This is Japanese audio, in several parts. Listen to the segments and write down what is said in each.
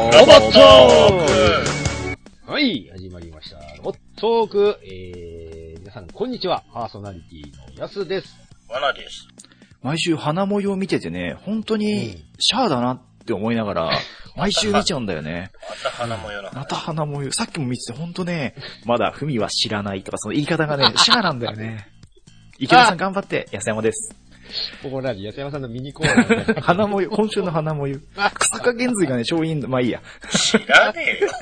ロボットーク。はい、始まりました。ロボットーク。皆さん、こんにちは。パーソナリティのやすです。 わなです。 毎週花模様見ててね、本当にシャアだなって思いながら、毎週見ちゃうんだよね。 また花模様な。 また花模様。さっきも見てて本当ね、まだふみは知らないとか、その言い方がね、シャアなんだよね。池田さん頑張って、安山です。 ここ何安山さんのミニコーナーで。 花模様、今週の花模様。草加減髄がね、超いいんだ。まあいいや。 知らねえよ。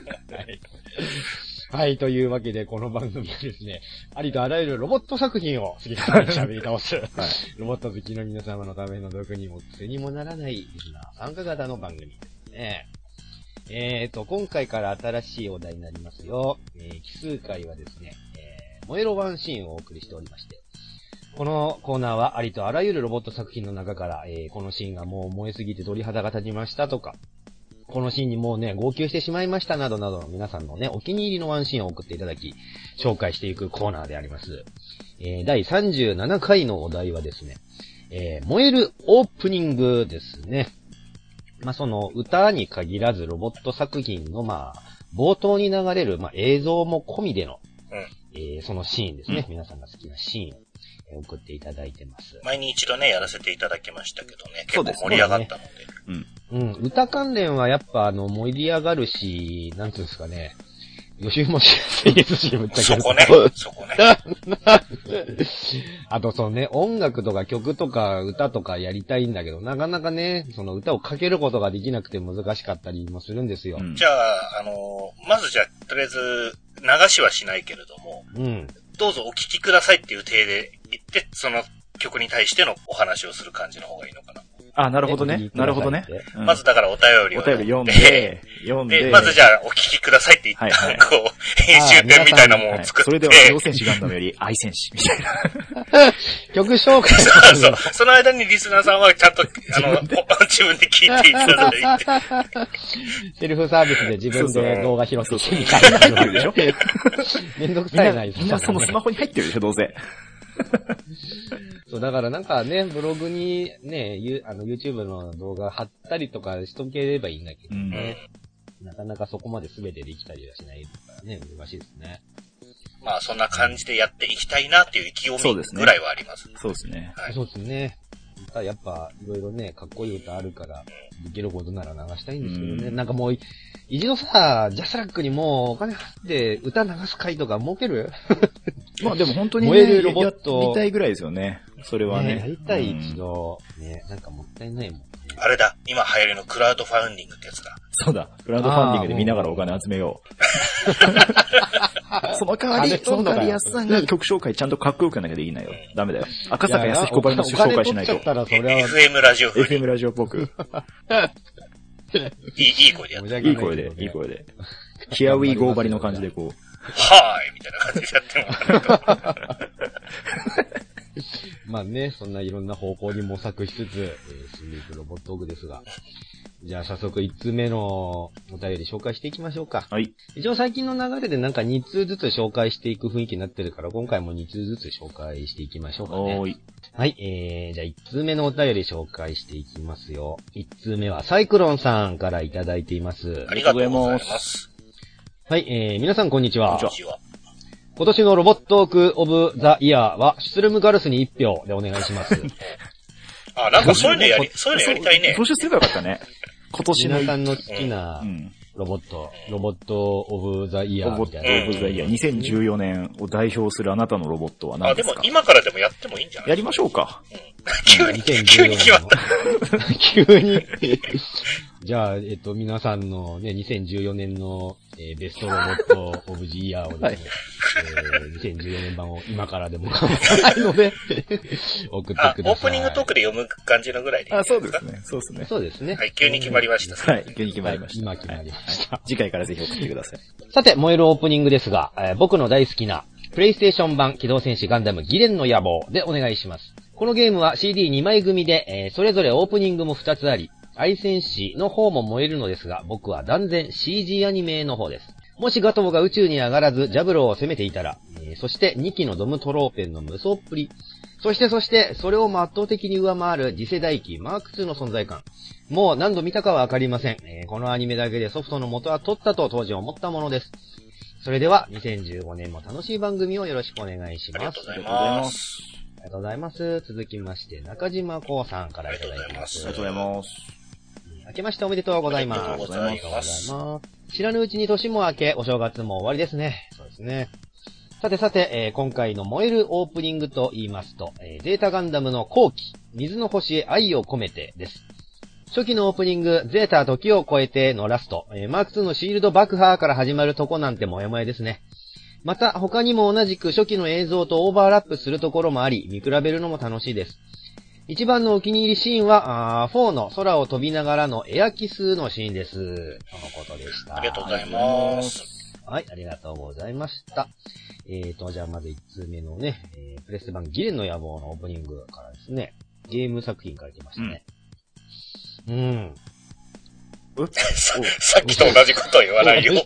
はい、というわけで、この番組はですね、ありとあらゆるロボット作品を好きな喋り倒す、はい、ロボット好きの皆様のための毒にも癖にもならないリスナー参加型の番組ですね。今回から新しいお題になりますよ。奇数回はですね、燃えろワンシーンをお送りしておりまして、このコーナーはありとあらゆるロボット作品の中から、このシーンがもう燃えすぎて鳥肌が立ちましたとか、このシーンにもうね、号泣してしまいましたなどなどの皆さんのね、お気に入りのワンシーンを送っていただき、紹介していくコーナーであります。第37回のお題はですね、燃えるオープニングですね。まあ、その歌に限らずロボット作品の冒頭に流れる映像も込みでの、そのシーンですね。皆さんが好きなシーン。送っていただいてます。 前に一度ね、やらせていただきましたけどね、結構盛り上がったので。 歌関連はやっぱ盛り上がるし、なんつうんですかね、予習もしやすいですし、ぶっちゃけ。 そこね。 あとそのね、音楽とか曲とか歌とかやりたいんだけど、なかなかね、その歌をかけることができなくて難しかったりもするんですよ。 じゃあ、まずじゃあ、とりあえず、流しはしないけれども、どうぞお聴きくださいっていう体で言って、その曲に対してのお話をする感じの方がいいのかな。 あ、なるほどね。なるほどね。 まずだからお便りを読んで、 で、まずじゃあお聴きくださいって言って、こう、編集点みたいなものを作って。 それでは、両戦士ガンダムより愛戦士みたいな。 曲紹介そう。その間にリスナーさんはちゃんと、自分で聞いていただいて。 セルフサービスで自分で動画拾ってきてみたいな。 でしょめんどくさいな、 みんなそのスマホに入ってるでしょ、どうせ。 そう、だからなんかね、ブログにね、YouTube の動画貼ったりとかしとければいいんだけどね。なかなかそこまで全てできたりはしないからね、難しいですね。 まあそんな感じでやっていきたいなっていう意気込みぐらいはあります。 そうですね。 はい、 そうですね。やっぱいろいろね、かっこいい歌あるから、できることなら流したいんですけどね。なんかもう、一度さ、ジャスラックにもうお金払って歌流す回とか設けるまあでも本当に燃えるロボット。 見たいぐらいですよね。それはね。 やりたい一度。ね、なんかもったいないもんね。 あれだ、今流行りのクラウドファウンディングってやつだ。 そうだ、クラウドファンディングで見ながらお金集めよう。その代わり安さんが曲紹介ちゃんとかっこよくやなきゃできないよ。ダメだよ。赤坂安彦ばりの紹介しないと。 FM ラジオ風に。 FM ラジオっぽく。 いい声でやって。 いい声で、いい声で。ヒアウィーゴーばりの感じでこう。 はーいみたいな感じでやってもらうと。 まあね、そんないろんな方向に模索しつつ、進んでいくロボットオークですが。じゃあ早速1通目のお便り紹介していきましょうか。 はい。 一応最近の流れでなんか2通ずつ紹介していく雰囲気になってるから、今回も2通ずつ紹介していきましょうかね。はい。じゃあ1通目のお便り紹介していきますよ。1通目はサイクロンさんからいただいています。 ありがとうございます。 はい、皆さんこんにちは。 こんにちは。 今年のロボットークオブザイヤーは、シュツルムガルスに1票でお願いします。 あ、なんかそういうのやりたいね。 募集すればよかったね。今年の。 皆さんの好きなロボットオブザイヤーみたいな。 ロボットオブザイヤー。2014年を代表するあなたのロボットは何ですか？ でも今からでもやってもいいんじゃない？ やりましょうか。 急に決まった。 急に。じゃあ、皆さんのね、2014年の、ベストロボットオブジイヤーをですね、2014年版を今からでも構わないので、送ってください。 オープニングトークで読む感じのぐらいでいいですか？ そうですね。そうですね。 そうですね。 はい、急に決まりました。 はい、急に決まりました。 今決まりました。 次回からぜひ送ってください。 さて、燃えるオープニングですが、僕の大好きな、プレイステーション版機動戦士ガンダムギレンの野望でお願いします。このゲームは CD2 枚組で、それぞれオープニングも2つあり、愛戦士の方も燃えるのですが、僕は断然 CG アニメの方です。もしガトーが宇宙に上がらずジャブローを攻めていたら、そして2機のドムトローペンの無双っぷり、 そして、それを圧倒的に上回る次世代機マーク2の存在感。もう何度見たかはわかりません。このアニメだけでソフトの元は取ったと当時思ったものです。それでは、2015年も楽しい番組をよろしくお願いします。 ありがとうございます。 ありがとうございます。続きまして、中島光さんからいただいてます。 ありがとうございます。 明けましておめでとうございます。 ありがとうございます。 知らぬうちに年も明け、お正月も終わりですね。そうですね。さて、今回の燃えるオープニングと言いますと、ゼータガンダムの後期、水の星へ愛を込めてです。初期のオープニング、ゼータ時を超えてのラスト、マーク2のシールド爆破から始まるとこなんて萌え萌えですね。また、他にも同じく初期の映像とオーバーラップするところもあり、見比べるのも楽しいです。一番のお気に入りシーンは、4の空を飛びながらのエアキスのシーンです。とのことでした。 ありがとうございます。 はい、ありがとうございました。じゃあまず1通目のね、プレステ版ギレンの野望のオープニングからですね、ゲーム作品から来ましたね。 さっきと同じことは言わないよ。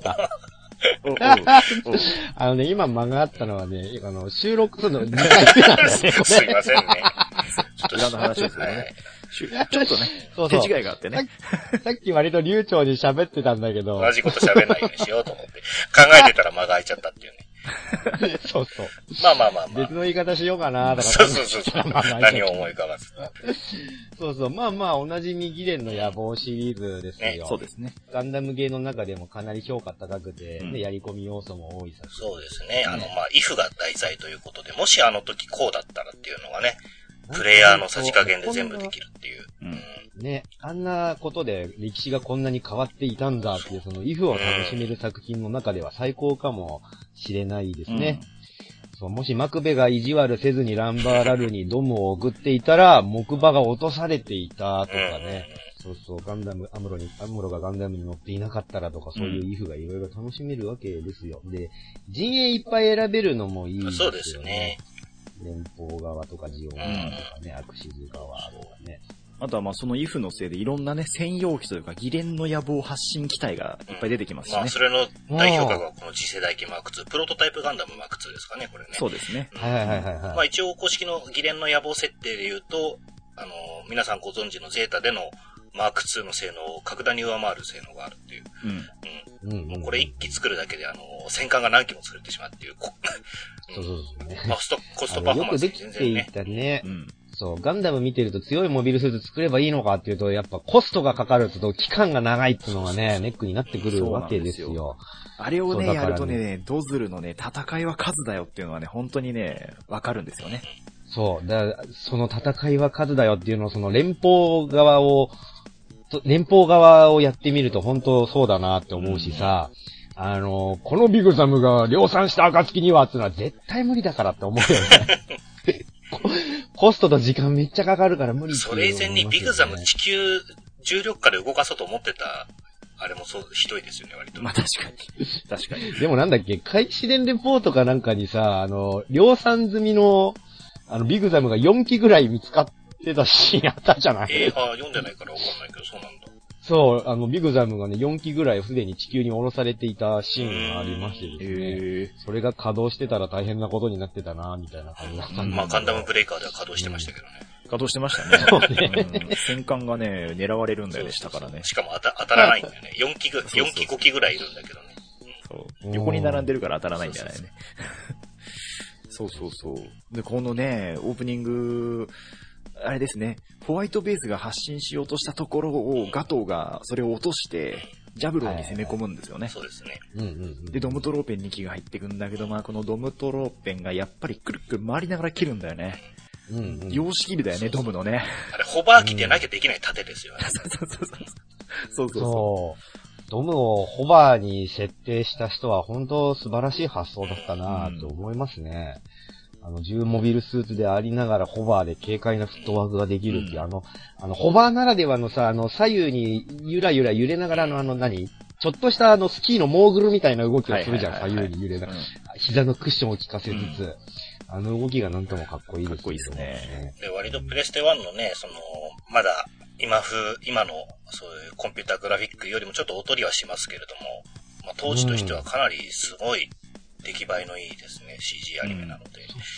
今間があったのはね、収録するの2回目なんだよね。 すいませんね。 ちょっと裏の話ですよね。ちょっとね、手違いがあってね。 さっき割と流暢に喋ってたんだけど。 同じこと喋んないようにしようと思って。考えてたら間が空いちゃったっていうね。 そうそう。 まあ。 別の言い方しようかなとか。 そう。何を思い浮かばず。 そう。まあ、おなじみギレンの野望シリーズですよ。 そうですね。 ガンダムゲーの中でもかなり評価高くて、やり込み要素も多い作品。 そうですね。if が題材ということで、もしあの時こうだったらっていうのがね、プレイヤーのさじ加減で全部できるっていう。 ね、あんなことで歴史がこんなに変わっていたんだっていう、その if を楽しめる作品の中では最高かもしれないですね。そう、もしマクベが意地悪せずにランバーラルにドムを送っていたら、木馬が落とされていたとかね。そう、ガンダム、アムロがガンダムに乗っていなかったらとか、そういう if がいろいろ楽しめるわけですよ。で、陣営いっぱい選べるのもいいですよね。 そうですよね。 連邦側とかジオン側とかね、アクシズ側とかね。 あとはその if のせいでいろんなね、専用機というか、ギレンの野望発信機体がいっぱい出てきますしね。 それの代表格はこの次世代機マーク2、プロトタイプガンダムマーク2ですかね、これね。 そうですね。 はい。 一応公式のギレンの野望設定で言うと、皆さんご存知のゼータでのマーク2の性能を格段に上回る性能があるっていう。もうこれ1機作るだけで戦艦が何機も作れてしまうっていう。 そうね。 コストパフォーマンス全然ね。 よくできていたね。そう、ガンダム見てると強いモビルスーツ作ればいいのかっていうと、やっぱコストがかかると期間が長いっていうのがね、ネックになってくるわけですよ。 あれをね、やるとね、ドズルのね、戦いは数だよっていうのはね、本当にね、わかるんですよね。 そう、その戦いは数だよっていうのを、その連邦側をやってみると本当そうだなって思うしさ、このビグザムが量産した暁にはっていうのは絶対無理だからって思うよね。コストと時間めっちゃかかるから無理っていう、 それ以前にビグザム地球重力下で動かそうと思ってた、あれもひどいですよね、割と。 まあ確かに。 でもなんだっけ、海事伝レポートかなんかにさ、量産済みの、ビグザムが4機ぐらい見つかってたシーンあったじゃない？ 読んでないからわかんないけど、そうなんだ。 そう、ビグザムがね、4機ぐらいすでに地球に降ろされていたシーンがありましてですね。それが稼働してたら大変なことになってたな、みたいな感じだったんで。 ガンダムブレイカーでは稼働してましたけどね。 稼働してましたね。戦艦がね、狙われるんだよね、下からね。 しかも当たらないんだよね。4機5機ぐらいいるんだけどね。 そう。横に並んでるから当たらないんじゃないね。そう。で、このね、オープニング、あれですね、ホワイトベースが発信しようとしたところを、ガトーがそれを落として、ジャブローに攻め込むんですよね。 そうですね。 で、ドムトローペン2機が入ってくんだけど、このドムトローペンがやっぱりくるくる回りながら切るんだよね。様式美だよね、ドムのね。 あれ、ホバー機でなきゃできない盾ですよね。 そう。 ドムをホバーに設定した人は本当素晴らしい発想だったなと思いますね。重モビルスーツでありながらホバーで軽快なフットワークができるっていう、ホバーならではのさ、左右にゆらゆら揺れながらのちょっとしたスキーのモーグルみたいな動きをするじゃん、左右に揺れながら。膝のクッションを効かせつつ。動きがなんともかっこいいですね。 かっこいいですね。 で、割とプレステ1のね、まだ今の、そういうコンピューターグラフィックよりもちょっと劣りはしますけれども、当時としてはかなりすごい出来栄えのいいですね、CG アニメなので。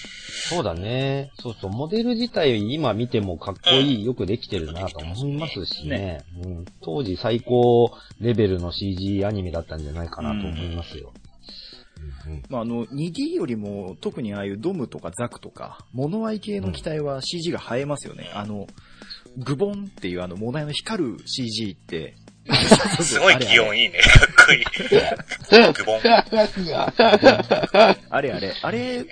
そうだね。そうそう、モデル自体今見てもかっこいい、よくできてるなと思いますしね。うん。当時最高レベルの CG アニメだったんじゃないかなと思いますよ。 まあ、2D よりも、特にああいうドムとかザクとか、物合い系の機体は CG が映えますよね。グボンっていう物合いの光る CG って、 すごい気温いいね。かっこいい。グボン。 あれって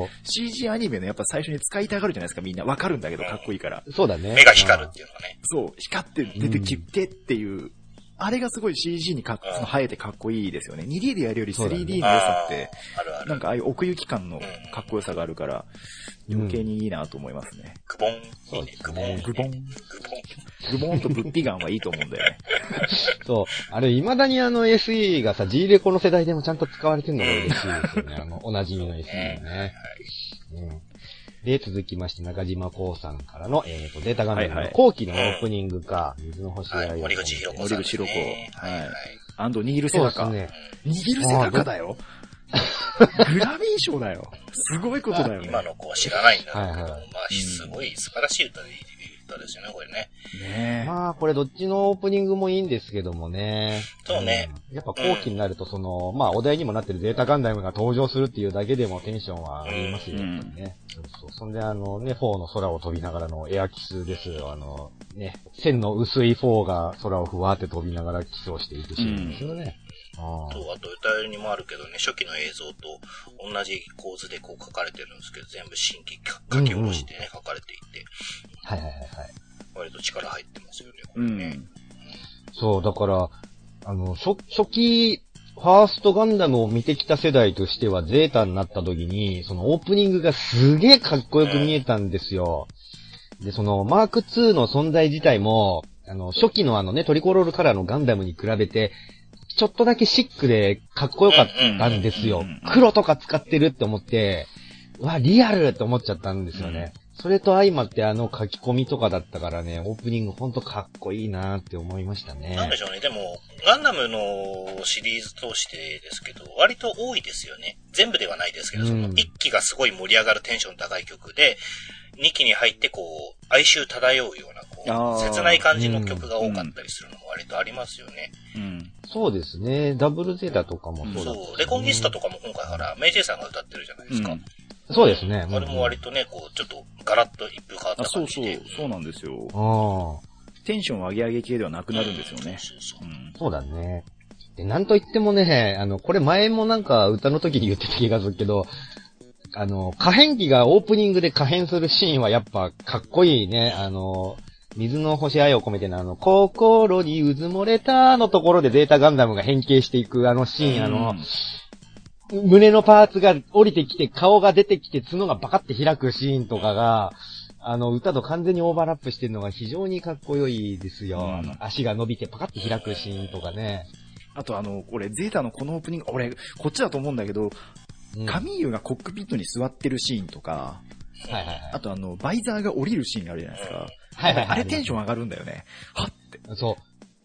CG アニメのやっぱ最初に使いたがるじゃないですか、みんな。わかるんだけどかっこいいから。 そうだね。 目が光るっていうのがね。 そう、光って出てきてっていう。あれがすごい CG に映えてかっこいいですよね。2D でやるより 3D の良さって、なんかああいう奥行き感のかっこよさがあるから、余計にいいなと思いますね。 グボン。 そうですグボン。 グボン。グボンとブッピガンはいいと思うんだよね。 そう。あれ、未だにSE がさ、G レコの世代でもちゃんと使われてるのが嬉しいですよね。おなじみの SE ね。で、続きまして、中島光さんからの、データガンダムの後期のオープニングか、水の星や森口博子。 森口博子。はい。ニールセダカ。ニールセダカだよ。グラミー賞だよ。すごいことだよね。 今の子は知らないんだけど、まあ、すごい素晴らしい歌ですよね、これね。 ねえ。 まあ、これどっちのオープニングもいいんですけどもね。 そうね。 やっぱ後期になると、まあ、お題にもなってるデータガンダムが登場するっていうだけでもテンションはありますよね。そう。そんで4の空を飛びながらのエアキスですよ。線の薄い4が空をふわーって飛びながらキスをしていくシーンですよね。 あと歌にもあるけどね、初期の映像と同じ構図でこう書かれてるんですけど、全部新規書き下ろしてね、書かれていて。 はい。 割と力入ってますよね、これね。 そう、だから、初期、ファーストガンダムを見てきた世代としては、ゼータになった時に、そのオープニングがすげえかっこよく見えたんですよ。で、マーク2の存在自体も、初期のトリコロールカラーのガンダムに比べて、ちょっとだけシックでかっこよかったんですよ。黒とか使ってるって思って、リアルって思っちゃったんですよね。それと相まって書き込みとかだったからね、オープニングほんとかっこいいなーって思いましたね。 なんでしょうね。でも、ガンダムのシリーズ通してですけど、割と多いですよね。全部ではないですけど、1期がすごい盛り上がるテンション高い曲で、2期に入って哀愁漂うような、切ない感じの曲が多かったりするのも割とありますよね。 そうですね。ダブルゼータとかもそうだ、 そう。レコンギスタとかも今回からメイジェイさんが歌ってるじゃないですか。 そうですね。 あれも割とね、ちょっとガラッと一風変わった感じで。 そうなんですよ。テンション上げ上げ系ではなくなるんですよね。 そうだね。で、なんといってもね、これ前もなんか歌の時に言ってた気がするけど、可変機がオープニングで可変するシーンはやっぱかっこいいね。水の星愛を込めての心にうずもれたのところでデータガンダムが変形していくシーン、胸のパーツが降りてきて顔が出てきて角がバカって開くシーンとかが、歌と完全にオーバーラップしてるのが非常にかっこよいですよ。足が伸びてパカって開くシーンとかね。 あと俺、ゼータのこのオープニング、俺、こっちだと思うんだけど、カミーユがコックピットに座ってるシーンとか、あとバイザーが降りるシーンがあるじゃないですか。あれテンション上がるんだよね。はって。 そう。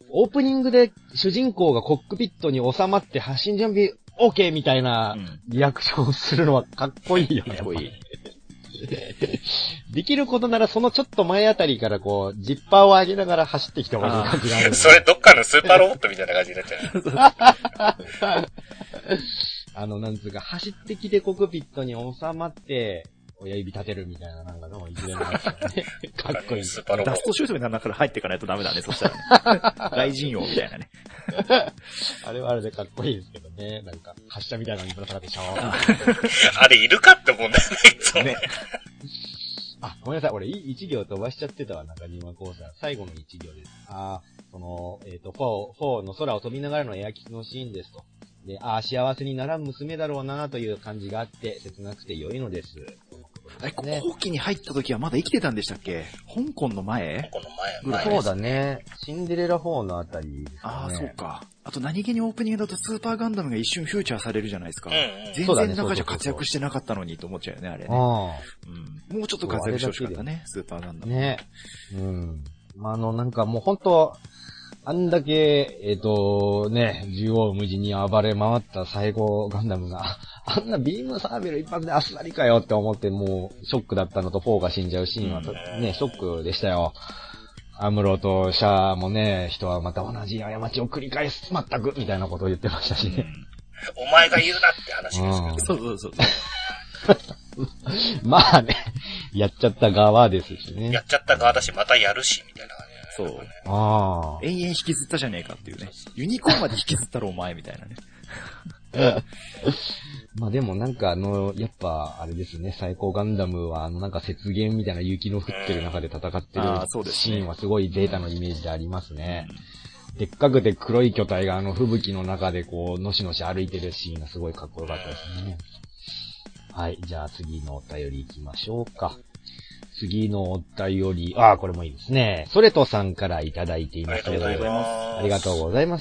オープニングで主人公がコックピットに収まって発進準備 OK みたいなリアクションをするのはかっこいいよね。 かっこいい。 できることならそのちょっと前あたりからジッパーを上げながら走ってきた方がいい感じがある。 それどっかのスーパーロボットみたいな感じになっちゃう。なんつうか、走ってきてコックピットに収まって、親指立てるみたいななんかの一連のやつがね。かっこいい。 ダストシュートみたいな中から入っていかないとダメだね、そしたらね。雷神王みたいなね。 あれはあれでかっこいいですけどね。なんか、発射みたいなのにぶら下がってシャワー。あれいるかって思うんだよね、いつもね。 ごめんなさい。俺、一行飛ばしちゃってたわ、中島光さん。最後の一行です。4の空を飛びながらのエアキスのシーンですと。で、幸せにならん娘だろうなという感じがあって、切なくて良いのです。 後期に入った時はまだ生きてたんでしたっけ？香港の前？ 香港の前。 そうだね。シンデレラ4のあたりですかね。 そうか。あと何気にオープニングだとスーパーガンダムが一瞬フューチャーされるじゃないですか。全然中じゃ活躍してなかったのにと思っちゃうよね、あれね。もうちょっと活躍してほしかったね、スーパーガンダム。 ね。なんかもう本当あんだけ、ね、縦横無尽に暴れ回った最高ガンダムが、あんなビームサーベル一発であっさりかよって思ってもうショックだったのと、4が死んじゃうシーンはね、ショックでしたよ。アムロとシャアもね、人はまた同じ過ちを繰り返す、まったく、みたいなことを言ってましたしね。 お前が言うなって話ですけど。 そう。 まあね、やっちゃった側ですしね。 やっちゃった側だし、またやるし、みたいな感じ。 そう。 ああ。 延々引きずったじゃねえかっていうね。ユニコーンまで引きずったろお前みたいなね。 まあでもなんかやっぱあれですね、最高ガンダムはなんか雪原みたいな雪の降ってる中で戦ってるシーンはすごいゼータのイメージでありますね。でっかくて黒い巨体が吹雪の中でこう、のしのし歩いてるシーンがすごいかっこよかったですね。はい。じゃあ次のお便り行きましょうか。次のお便り、これもいいですね。ソレトさんからいただいています。 ありがとうございます。 ありがとうございます。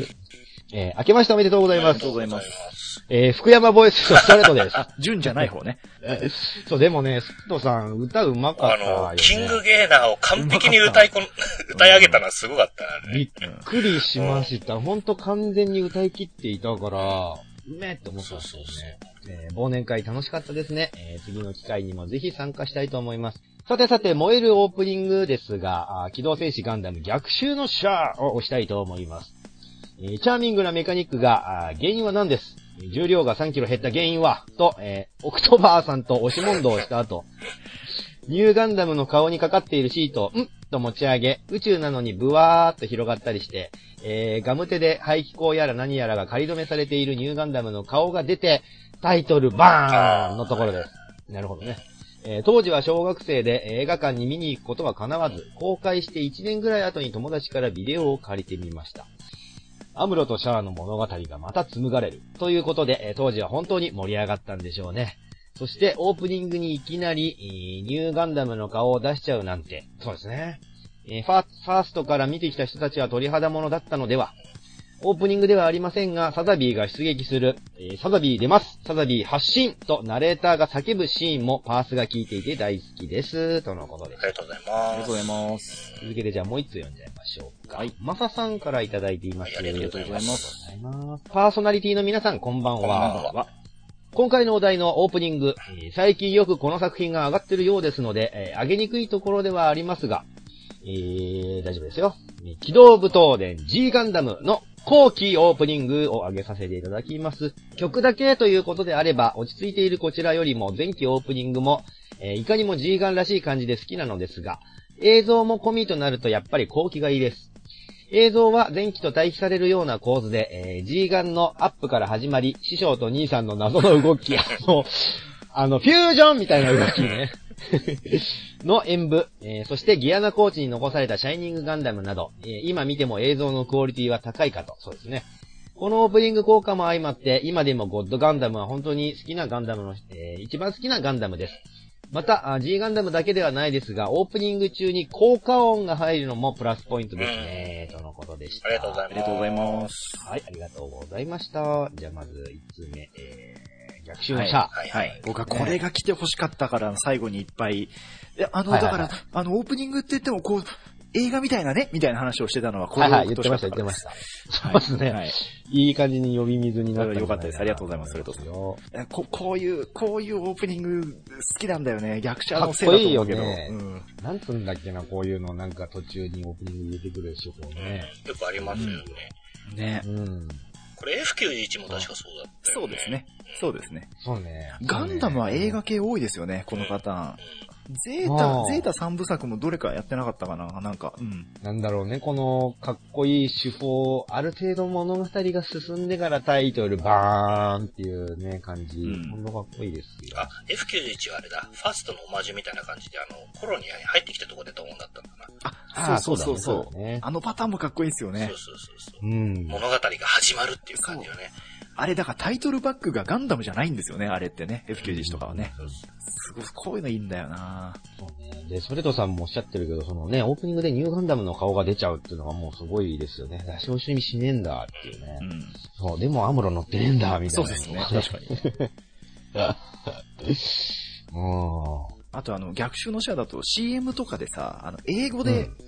明けましておめでとうございます。 ありがとうございます。 福山ボイスのソレトです。 純じゃない方ね。 そう、でもね、ソレトさん歌うまかったよね。 キングゲーナーを完璧に歌い上げたのはすごかったね。 びっくりしました。ほんと完全に歌い切っていたから、うめえって思ったんですよね。忘年会楽しかったですね。次の機会にもぜひ参加したいと思います。さて、燃えるオープニングですが、機動戦士ガンダム逆襲のシャーを押したいと思います。チャーミングなメカニックが、原因は何です？重量が3キロ減った原因はと、オクトバーさんと押し問答をした後、ニューガンダムの顔にかかっているシートを、と持ち上げ、宇宙なのにブワーっと広がったりして、ガム手で排気口やら何やらが仮止めされているニューガンダムの顔が出て、タイトルバーンのところです。なるほどね。当時は小学生で映画館に見に行くことは叶わず、公開して1年ぐらい後に友達からビデオを借りてみました。アムロとシャアの物語がまた紡がれる。ということで、当時は本当に盛り上がったんでしょうね。そしてオープニングにいきなり、ニューガンダムの顔を出しちゃうなんて。そうですね。ファーストから見てきた人たちは鳥肌ものだったのでは。オープニングではありませんが、サザビーが出撃する、サザビー出ます、サザビー発進とナレーターが叫ぶシーンもパースが効いていて大好きです。とのことです。 ありがとうございます。 ありがとうございます。 続けてじゃあもう一つ読んじゃいましょうか。 はい。 マサさんからいただいています。 ありがとうございます。 パーソナリティの皆さん、こんばんは。 こんばんは。 今回のお題のオープニング、最近よくこの作品が上がってるようですので、上げにくいところではありますが、大丈夫ですよ。機動武闘伝 G ガンダムの後期オープニングを上げさせていただきます。曲だけということであれば、落ち着いているこちらよりも前期オープニングも、いかにも G ガンらしい感じで好きなのですが、映像も込みとなるとやっぱり後期がいいです。映像は前期と対比されるような構図で、G ガンのアップから始まり、師匠と兄さんの謎の動きや、フュージョンみたいな動きね。の演舞、そしてギアナコーチに残されたシャイニングガンダムなど、今見ても映像のクオリティは高いかと。そうですね。このオープニング効果も相まって、今でもゴッドガンダムは本当に好きなガンダムの、一番好きなガンダムです。また、G ガンダムだけではないですが、オープニング中に効果音が入るのもプラスポイントですね。とのことでした。 ありがとうございます。 ありがとうございます。 はい、ありがとうございました。じゃあまず1つ目、逆襲のシャア。 はい。僕はこれが来て欲しかったから、最後にいっぱい。だから、オープニングって言っても、こう、映画みたいなね、みたいな話をしてたのは、これ言ってました。そうですね。はい。いい感じに呼び水になったよかったです。ありがとうございます。それとこういうオープニング好きなんだよね。逆者のせいだと思うけど。かっこいいよね。 なんつうんだっけな、こういうの、なんか途中にオープニング入れてくる手法ね。 よくありますよね。 ね。 これ F91 も確かそうだったよね。 そうですね。そうですね。 そうね。 ガンダムは映画系多いですよね、このパターン。ゼータ3部作もどれかやってなかったかな、なんか。 なんだろうね、このかっこいい手法、ある程度物語が進んでからタイトルバーンっていうね、感じ。ほんとかっこいいですよ。 あ、F91 はあれだ。ファーストのオマージュみたいな感じで、コロニアに入ってきたとこでドーンだったのかな。そう。あのパターンもかっこいいですよね。 そう。物語が始まるっていう感じよね。 あれだからタイトルバックがガンダムじゃないんですよね、あれってね。F91 とかはね。すごい、こういうのいいんだよな。 そうね。で、ソレトさんもおっしゃってるけど、そのね、オープニングでニューガンダムの顔が出ちゃうっていうのがもうすごいですよね。招集にしねえんだっていうね。そう、でもアムロ乗ってねえんだ、みたいな。 そうですね、確かに。あと逆襲のシャアだと CM とかでさ、英語で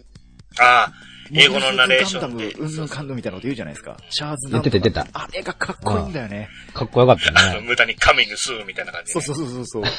ああ、英語のナレーションで。 うんぬんかんぬんみたいなこと言うじゃないですか。シャーズ言ってた。 あれがかっこいいんだよね。 かっこよかったね。 無駄にカミングスーみたいな感じで、ね。 そう。うん、あ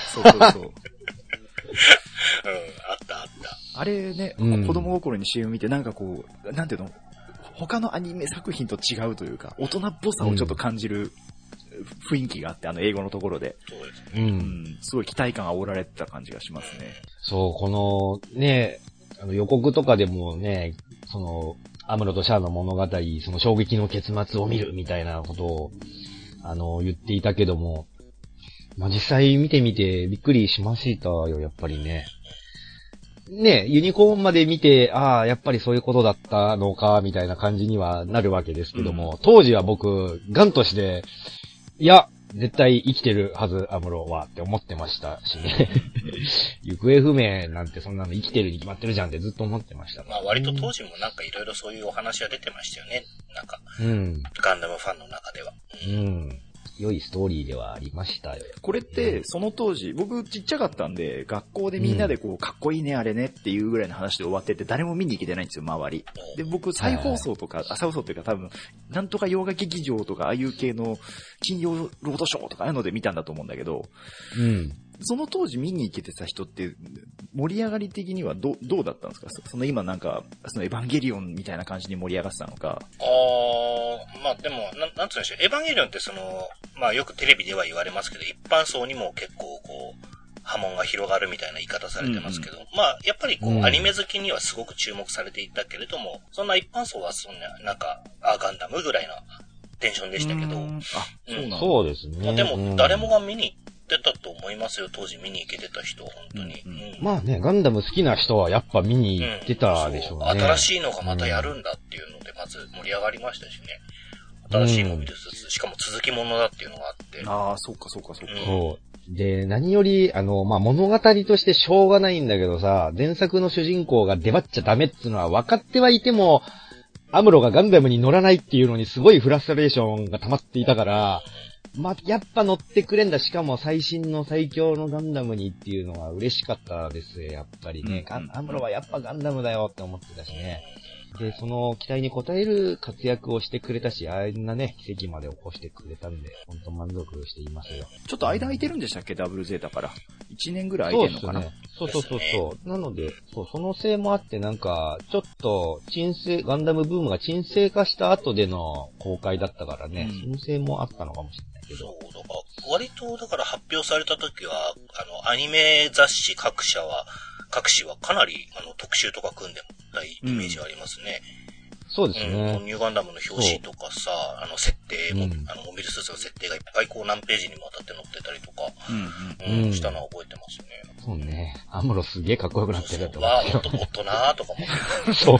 った。あれね、子供心に CM 見てなんかこう、なんていうの、他のアニメ作品と違うというか、大人っぽさをちょっと感じる雰囲気があって、英語のところで。 そうですね。すごい期待感が煽られてた感じがしますね。 そう、この、ね、予告とかでもね、アムロとシャアの物語、その衝撃の結末を見るみたいなことを、言っていたけども、まあ、実際見てみてびっくりしましたよ、やっぱりね。ね、ユニコーンまで見て、ああ、やっぱりそういうことだったのか、みたいな感じにはなるわけですけども、当時は僕、ガンとして、いや、絶対生きてるはず、アムロはって思ってましたしね。行方不明なんてそんなの生きてるに決まってるじゃんってずっと思ってました。 まあ割と当時もなんかいろいろそういうお話は出てましたよね。なんか、ガンダムファンの中では。 良いストーリーではありましたよ。 これって、その当時、僕ちっちゃかったんで、学校でみんなでこう、かっこいいね、あれねっていうぐらいの話で終わってて、誰も見に行けてないんですよ、周り。で、僕、再放送とか、再放送っていうか多分、なんとか洋画劇場とか、ああいう系の金曜ロードショーとかああいうので見たんだと思うんだけど、その当時見に行けてた人って、盛り上がり的にはどうだったんですか？その今なんか、そのエヴァンゲリオンみたいな感じに盛り上がってたのか。 まあでも、なんつうんでしょう、エヴァンゲリオンってまあよくテレビでは言われますけど、一般層にも結構こう、波紋が広がるみたいな言い方されてますけど、まあやっぱりこう、アニメ好きにはすごく注目されていたけれども、そんな一般層はそんな、なんか、ガンダムぐらいなテンションでしたけど、 そうですね。 まあでも、誰もが見に行ってたと思いますよ、当時見に行けてた人、本当に。 まあね、ガンダム好きな人はやっぱ見に行ってたでしょうね。 新しいのがまたやるんだっていうので、まず盛り上がりましたしね。新しいのを見るしかも続きものだっていうのがあって。 ああ、そうか。 そう。で、何より、まあ、物語としてしょうがないんだけどさ、前作の主人公が出張っちゃダメっていうのは分かってはいても、アムロがガンダムに乗らないっていうのにすごいフラストレーションが溜まっていたから、まあ、やっぱ乗ってくれんだ。しかも最新の最強のガンダムにっていうのは嬉しかったですよ、やっぱりね。アムロはやっぱガンダムだよって思ってたしね。で、その期待に応える活躍をしてくれたし、あんなね、奇跡まで起こしてくれたんで、本当満足していますよ。 ちょっと間空いてるんでしたっけ、ダブルゼータから。1年ぐらい空いてるのかな。 そう。なので、そのせいもあってなんか、ちょっと、ガンダムブームが沈静化した後での公開だったからね、そのせいもあったのかもしれないけど。 そう、だから割と、だから発表された時は、アニメ雑誌各紙はかなり、特集とか組んでたイメージはありますね。 そうですね。 ニューガンダムの表紙とかさ、設定も、モビルスーツの設定がいっぱいこう何ページにもわたって載ってたりとか、したのは覚えてますね。 そうね。アムロすげえかっこよくなってると思って。大人とか思って。 そう。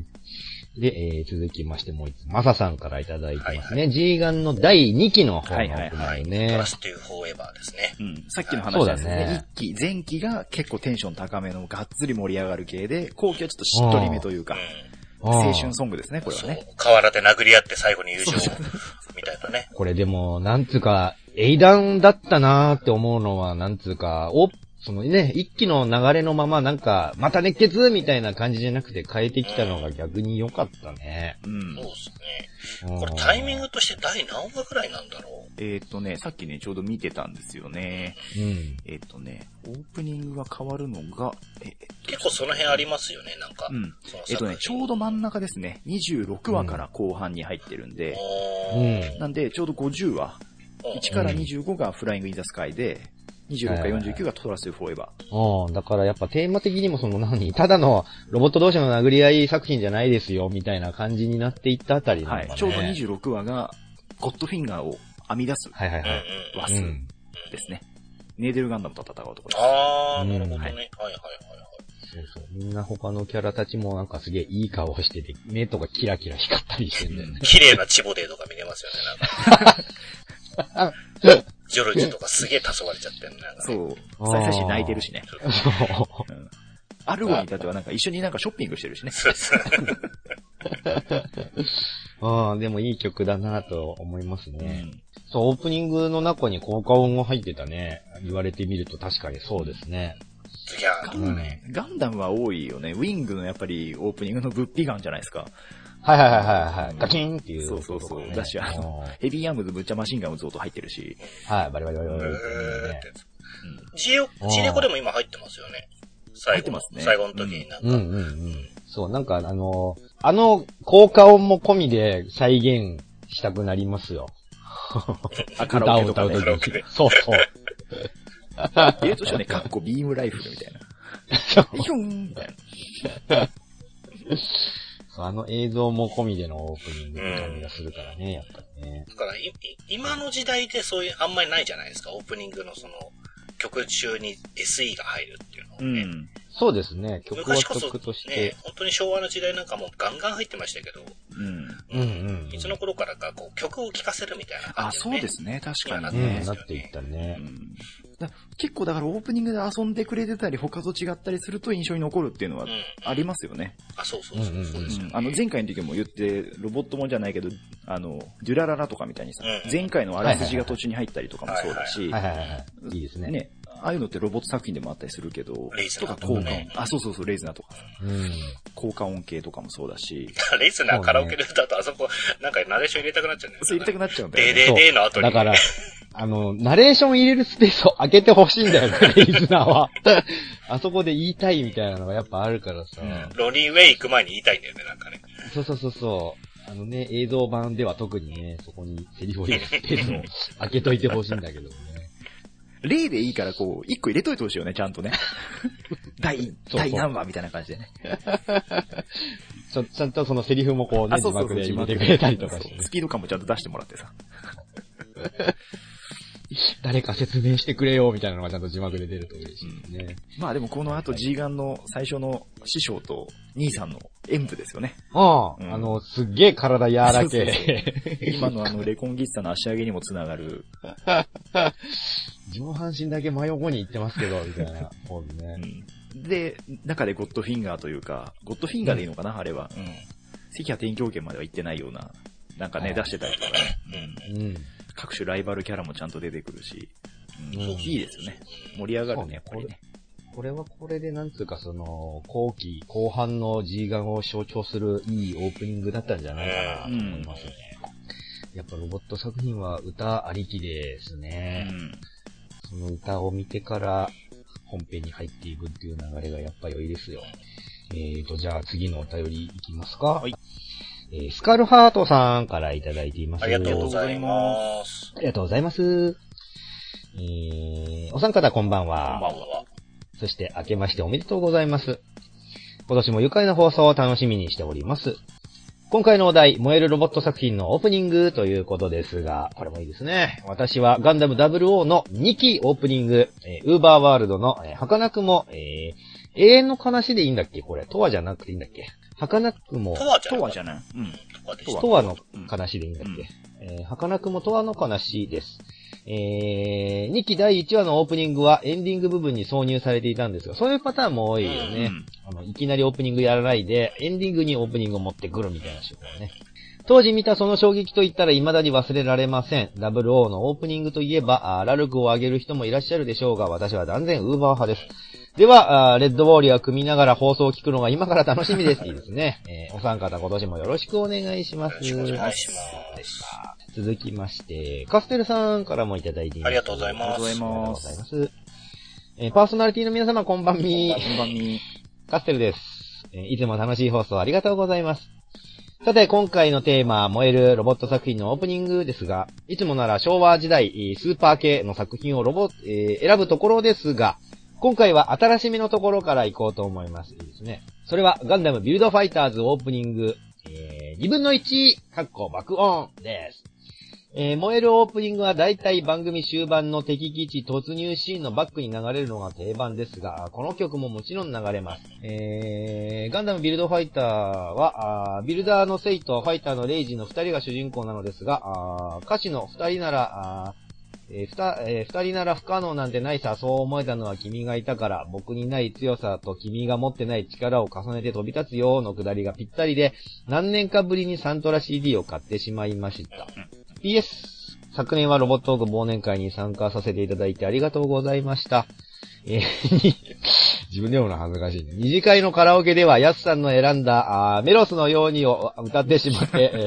で、続きましてもう一つ、マサさんからいただいてますね。G ガンの第2期の方のね。 トラストゥーフォーエバーですね。 さっきの話ですね。1期、前期が結構テンション高めのがっつり盛り上がる系で、後期はちょっとしっとりめというか、青春ソングですね、これはね。 河原で殴り合って最後に優勝みたいなね。 これでも、なんつうか、英断だったなーって思うのは、なんつうか、そのね、一期の流れのままなんか、また熱血みたいな感じじゃなくて変えてきたのが逆に良かったね。 そうですね。これタイミングとして第何話ぐらいなんだろう？ さっきね、ちょうど見てたんですよね。オープニングが変わるのが、 結構その辺ありますよね、なんか。 ちょうど真ん中ですね。26話から後半に入ってるんで、なんで、ちょうど50話。1から25がフライングインザスカイで、26か49がトラストゥーフォーエバー。 だからやっぱテーマ的にもただのロボット同士の殴り合い作品じゃないですよ、みたいな感じになっていったあたりなのかね。 ちょうど26話が、ゴッドフィンガーを編み出す。話数ですね。ネーデルガンダムと戦うところです。 なるほどね。 そう。みんな他のキャラたちもなんかすげえいい顔してて、目とかキラキラ光ったりしてるんだよね。 綺麗なチボデーとか見れますよね、なんか。ジョルジュとかすげえ黄昏れちゃってるね。 そう。最初泣いてるしね。アルゴに至ってはなんか一緒になんかショッピングしてるしね。 でもいい曲だなと思いますね。そう、オープニングの中に効果音が入ってたね。言われてみると確かにそうですね。 ズギャーとかね。 ガンダムは多いよね。ウィングのやっぱりオープニングのブッピガンじゃないですか。 はいはいはいはい。ガキーンっていう、 そうそうそう。だし、ヘビーアームズぶっちゃマシンガン撃つ音入ってるし。 はい、バリバリバリバリ。 G レコでも今入ってますよね。 入ってますね。 最後の時になんか。 そう、なんか効果音も込みで再現したくなりますよ。 カラオケとかね。 そうそう。 入れとしてはね、カッコビームライフルみたいな。ヒョンみたいな。 そう、映像も込みでのオープニングって感じがするからね、やっぱりね。 だから今の時代でそういうあんまりないじゃないですか、オープニングのその曲中に SE が入るっていうのをね。 そうですね、曲は曲として。 ね、本当に昭和の時代なんかもうガンガン入ってましたけど、いつの頃からかこう曲を聴かせるみたいな感じで、ね。 そうですね、確かにね。なっていったね。 結構だからオープニングで遊んでくれてたり他と違ったりすると印象に残るっていうのはありますよね。 そうそうそうそうですよね。 前回の時も言ってロボットもんじゃないけどデュラララとかみたいにさ、前回のあらすじが途中に入ったりとかもそうだし、 いいですね。 ね、ああいうのってロボット作品でもあったりするけど、 レイズナーとか効果音、そうレイズナーとか、効果音系とかもそうだし、 レイズナーカラオケで歌うとあそこなんかナレーション入れたくなっちゃうんだよね。 そう入れたくなっちゃうんだよね。 での後に。 だからナレーション入れるスペースを開けてほしいんだよね、レイズナーは。あそこで言いたいみたいなのがやっぱあるからさ。 ロニーウェイ行く前に言いたいんだよね、なんかね。 そう。映像版では特にね、そこにセリフを入れるスペースを開けといてほしいんだけどね。 例でいいからこう、一個入れといてほしいよね、ちゃんとね。第何話みたいな感じでね。 ちゃんとそのセリフもこうね、字幕で入れてくれたりとかして、 スピード感もちゃんと出してもらってさ。 誰か説明してくれよ、みたいなのがちゃんと字幕で出ると嬉しいですね。 まあでもこの後 G ガンの最初の師匠と兄さんの演舞ですよね。 すっげえ体柔らけ。 今のレコンギスタの足上げにもつながる。 上半身だけ真横に行ってますけど、みたいなポーズね。 で、中でゴッドフィンガーというか、ゴッドフィンガーでいいのかな、あれは。関谷天狂犬までは行ってないような、なんかね、出してたりとかね。各種ライバルキャラもちゃんと出てくるし、いいですよね。盛り上がるね、やっぱりね。 これはこれでなんつうか後期、後半の G ガンを象徴するいいオープニングだったんじゃないかなと思いますね。やっぱロボット作品は歌ありきですね。その歌を見てから本編に入っていくっていう流れがやっぱ良いですよ。じゃあ次のお便りいきますか。はい。スカルハートさんからいただいています。 ありがとうございます。 ありがとうございます。お三方こんばんは。 こんばんは。 そして明けましておめでとうございます。今年も愉快な放送を楽しみにしております。今回のお題、燃えるロボット作品のオープニングということですが、これもいいですね。私はガンダム00の2期オープニング、ウーバーワールドの、儚くも、永遠の話でいいんだっけこれ。トワじゃなくていいんだっけ儚くも、 トワじゃない。 トワの話でいいんだっけ、儚くもトワの話です。2期第1話のオープニングはエンディング部分に挿入されていたんですが、そういうパターンも多いよね。いきなりオープニングやらないで、エンディングにオープニングを持ってくるみたいな手法ね。当時見たその衝撃といったら未だに忘れられません。00のオープニングといえば、ラルクを上げる人もいらっしゃるでしょうが、私は断然ウーバー派です。では、レッドウォーリアー組みながら放送を聞くのが今から楽しみです。いいですね。お三方今年もよろしくお願いします。 よろしくお願いします。 続きまして、カステルさんからもいただいています。 ありがとうございます。 ありがとうございます。 パーソナリティの皆様こんばんみ。 こんばんみ。 カステルです。いつも楽しい放送ありがとうございます。さて、今回のテーマ、燃えるロボット作品のオープニングですが、いつもなら昭和時代、スーパー系の作品を選ぶところですが、今回は新しめのところから行こうと思います。いいですね。それは、ガンダムビルドファイターズオープニング、2分の1、爆音です。燃えるオープニングは大体番組終盤の敵基地突入シーンのバックに流れるのが定番ですが、この曲ももちろん流れます。ガンダムビルドファイターは、ビルダーのセイとファイターのレイジの2人が主人公なのですが、歌詞の2人なら、二人なら不可能なんてないさ、そう思えたのは君がいたから、僕にない強さと君が持ってない力を重ねて飛び立つよのくだりがぴったりで、何年かぶりにサントラ CD を買ってしまいました。PS、昨年はロボットーク忘年会に参加させていただいてありがとうございました。 自分でもの恥ずかしいね。二次会のカラオケでは、ヤスさんの選んだ、メロスのようにを歌ってしまって、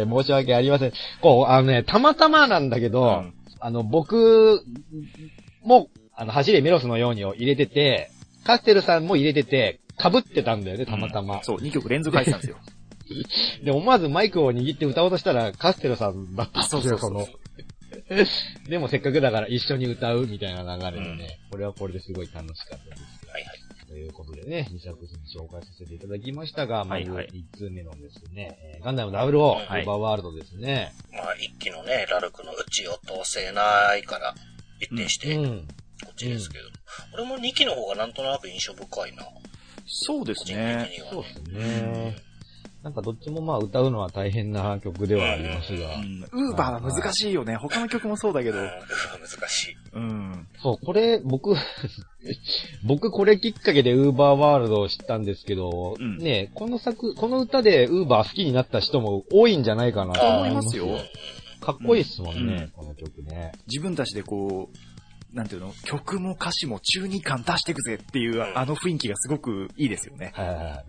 申し訳ありません。たまたまなんだけど、僕も、走れメロスのようにを入れてて、カステルさんも入れてて、被ってたんだよね、たまたま。 そう、2曲連続入ってたんですよ。 で、思わずマイクを握って歌おうとしたら、カステルさんだったんですよ、その。でもせっかくだから一緒に歌うみたいな流れでね、これはこれですごい楽しかったです。 はいはい。 ということでね、2作品紹介させていただきましたが、まず1通目のですね、ガンダム00、オーバーワールドですね。 まあ、一期のね、ラルクのうちを通せないから一転して、こっちですけど、俺も2期の方がなんとなく印象深いな。 そうですね。 そうですね。なんかどっちもまあ歌うのは大変な曲ではありますが。 ウーバーは難しいよね。他の曲もそうだけど。ウーバー難しい。 そう、これ、僕これきっかけでウーバーワールドを知ったんですけど、ね、この歌でウーバー好きになった人も多いんじゃないかなと思いますよ。 かっこいいっすもんね、この曲ね。 自分たちでこう、なんていうの、曲も歌詞も中二感出していくぜっていうあの雰囲気がすごくいいですよね。 はい、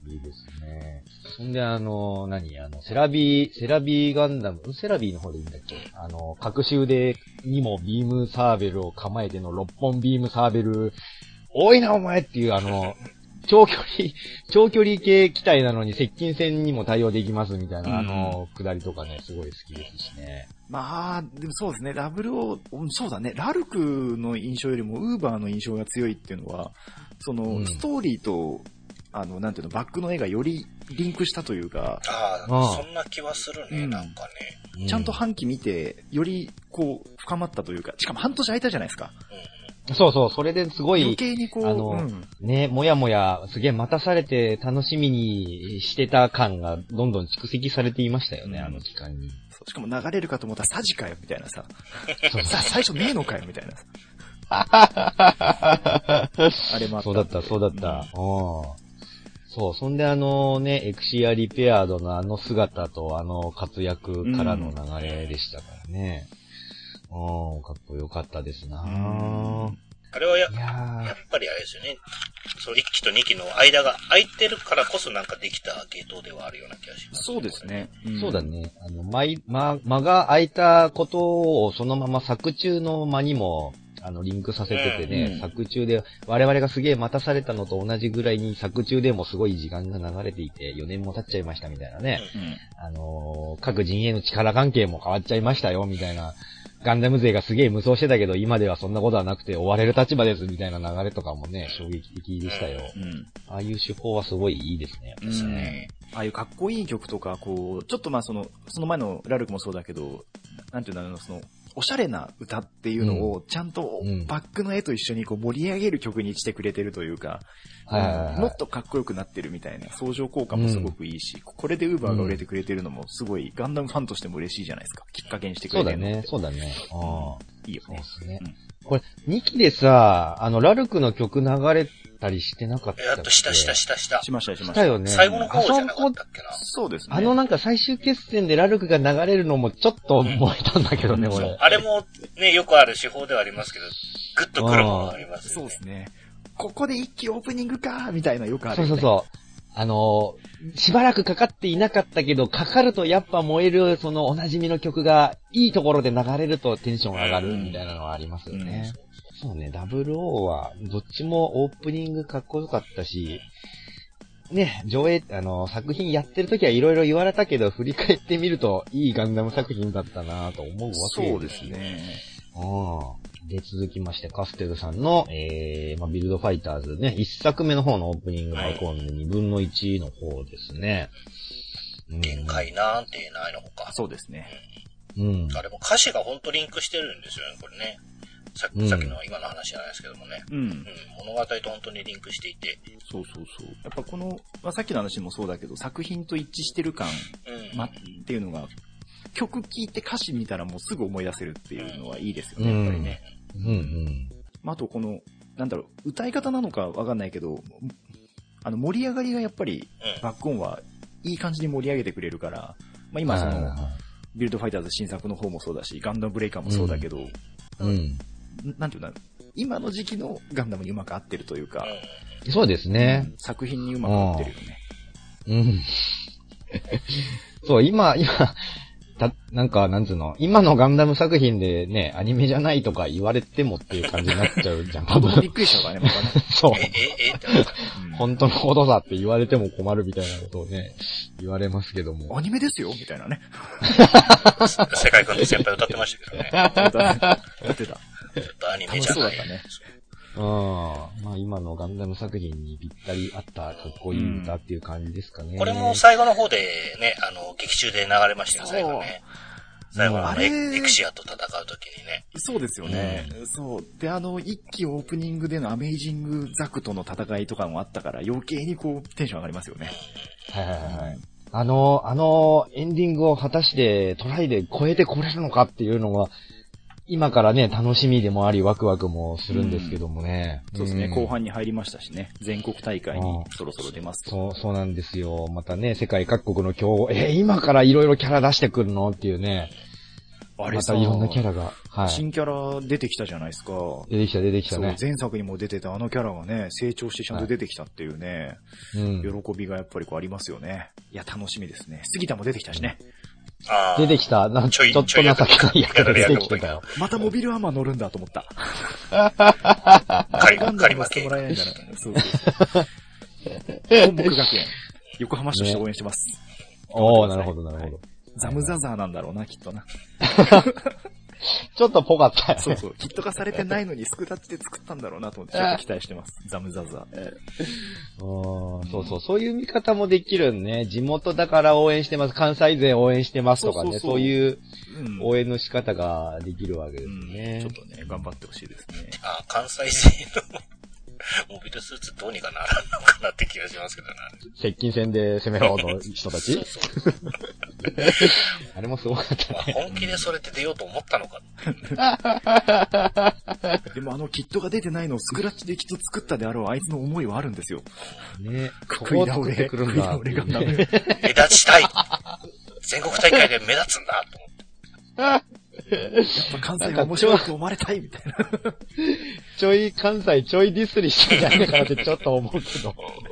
いいですね。そんでセラビーガンダム、セラビーの方でいいんだっけ？各週でにもビームサーベルを構えての6本ビームサーベル、多いなお前っていう長距離系機体なのに接近戦にも対応できますみたいな下りとかね、すごい好きですしね。 まあ、でもそうですね、00、そうだね、ラルクの印象よりもウーバーの印象が強いっていうのは、ストーリーと、なんていうの、バックの絵がよりリンクしたというか。 そんな気はするね、なんかね。 ちゃんと半期見て、より、こう、深まったというか、しかも半年空いたじゃないですか。 そうそう、それですごい、 余計にこう、ね、もやもや、すげえ待たされて楽しみにしてた感がどんどん蓄積されていましたよね、あの期間に。 しかも流れるかと思ったらサジかよ、みたいなさ。最初ねえのかよ、みたいな。あれもあった。 そうだった。そう、そんでエクシアリペアードの姿と活躍からの流れでしたからね。かっこよかったですなあれはやっぱりあれですよね。そう、1期と2期の間が空いてるからこそなんかできた系統ではあるような気がします。 そうですね。 そうだね。間が空いたことをそのまま作中の間にも、リンクさせててね、作中で我々がすげえ待たされたのと同じぐらいに作中でもすごい時間が流れていて、4年も経っちゃいましたみたいなね。各陣営の力関係も変わっちゃいましたよ、みたいな。ガンダム勢がすげえ無双してたけど、今ではそんなことはなくて追われる立場ですみたいな流れとかもね、衝撃的でしたよ。ああいう手法はすごいいいですね。 ああいうかっこいい曲とか、こう、ちょっとまあその前のラルクもそうだけど、なんていうんだろう、おしゃれな歌っていうのを、ちゃんとバックの絵と一緒にこう盛り上げる曲にしてくれてるというか、もっとかっこよくなってるみたいな相乗効果もすごくいいし、これでウーバーが売れてくれてるのもすごいガンダムファンとしても嬉しいじゃないですか。きっかけにしてくれてるの。 そうだね。 いいよね。 そうですね。これ、2期でさ、ラルクの曲流れたりしてなかったっけ？ した。 しました。 したよね。 最後の方じゃなかったっけな。 そうですね。 なんか最終決戦でラルクが流れるのもちょっと燃えたんだけどね、俺。 あれもね、よくある手法ではありますけど、グッとくるものがありますよね。 そうですね。ここで一気オープニングかみたいなよくある、 ね。そう。しばらくかかっていなかったけど、かかるとやっぱ燃える、お馴染みの曲が、いいところで流れるとテンション上がるみたいなのはありますよね。そうね、00は、どっちもオープニングかっこよかったし、ね、作品やってる時はいろいろ言われたけど、振り返ってみると、いいガンダム作品だったなと思うわけです。 そうですね。 で、続きまして、カステルさんの、ビルドファイターズね、1作目の方のオープニングが今度2分の1の方ですね。 限界なんて言えないのほか。 そうですね。 あれも歌詞がほんとリンクしてるんですよね、これね。さっきの今の話じゃないですけどもね。物語と本当にリンクしていて。 そう。やっぱこの、さっきの話もそうだけど、作品と一致してる感、っていうのが、曲聴いて歌詞見たらもうすぐ思い出せるっていうのはいいですよね、やっぱりね。あとこの、歌い方なのかわかんないけど、盛り上がりがやっぱり、バックオンはいい感じに盛り上げてくれるから、今ビルドファイターズ新作の方もそうだし、ガンダムブレイカーもそうだけど、なんていうんだろう、今の時期のガンダムにうまく合ってるというか、 そうですね。 作品にうまく合ってるよね。 うん。そう、今、なんか、なんつうの、今のガンダム作品でね、アニメじゃないとか言われてもっていう感じになっちゃうじゃん。 子供びっくりしたからね、またね。 そう。 って本当のことだって言われても困るみたいなことをね、言われますけども。 アニメですよみたいなね。 世界観の先輩歌ってましたけどね。 歌ってた。 アニメじゃない。 楽しそうだったね。 まあ今のガンダム作品にぴったりあったかっこいい歌っていう感じですかね。 これも最後の方でね、劇中で流れましたよ、最後ね。最後のエクシアと戦うときにね。 そうですよね。そう。で、一期オープニングでのアメイジングザクとの戦いとかもあったから余計にこうテンション上がりますよね。 はいはいはい。エンディングを果たしてトライで超えてこれるのかっていうのは、今からね、楽しみでもありワクワクもするんですけどもね。 そうですね、後半に入りましたしね、全国大会にそろそろ出ますと。 そうなんですよ。またね、世界各国の強豪、今からいろいろキャラ出してくるのっていうね。 あれさ、 またいろんなキャラが、はい。 新キャラ出てきたじゃないですか。 出てきたね。 そう、前作にも出てたあのキャラがね、成長してちゃんと出てきたっていうね、喜びがやっぱりこうありますよね。いや、楽しみですね。杉田も出てきたしね。 出てきた。ちょっと情けない役で出てきてたよ。 またモビルアーマー乗るんだと思った。 カリマしてもらえないんじゃないかな。そう。本木学園、横浜市として応援してます。 なるほど。 ザムザザーなんだろうな、きっとな。 ちょっとぽかったよね。 そう。ヒット化されてないのにスクラッチで作ったんだろうなと思ってちょっと期待してます。ザムザザー。そういう見方もできるね。地元だから応援してます。関西勢応援してますとかね。そういう応援の仕方ができるわけですね。 ちょっとね、頑張ってほしいですね。 関西勢のモビルスーツどうにかならんのかなって気がしますけどね。 接近戦で攻めろの人たちあれもすごかったね。 本気でそれって出ようと思ったのか。 でもキットが出てないのをスクラッチできっと作ったであろうあいつの思いはあるんですよ。 ね、 食い倒れがダメ。 目立ちたい。全国大会で目立つんだと思って。 やっぱ関西が面白いと思われたいみたいな。 関西ちょいディスりしてんじゃねえかなってちょっと思うけど。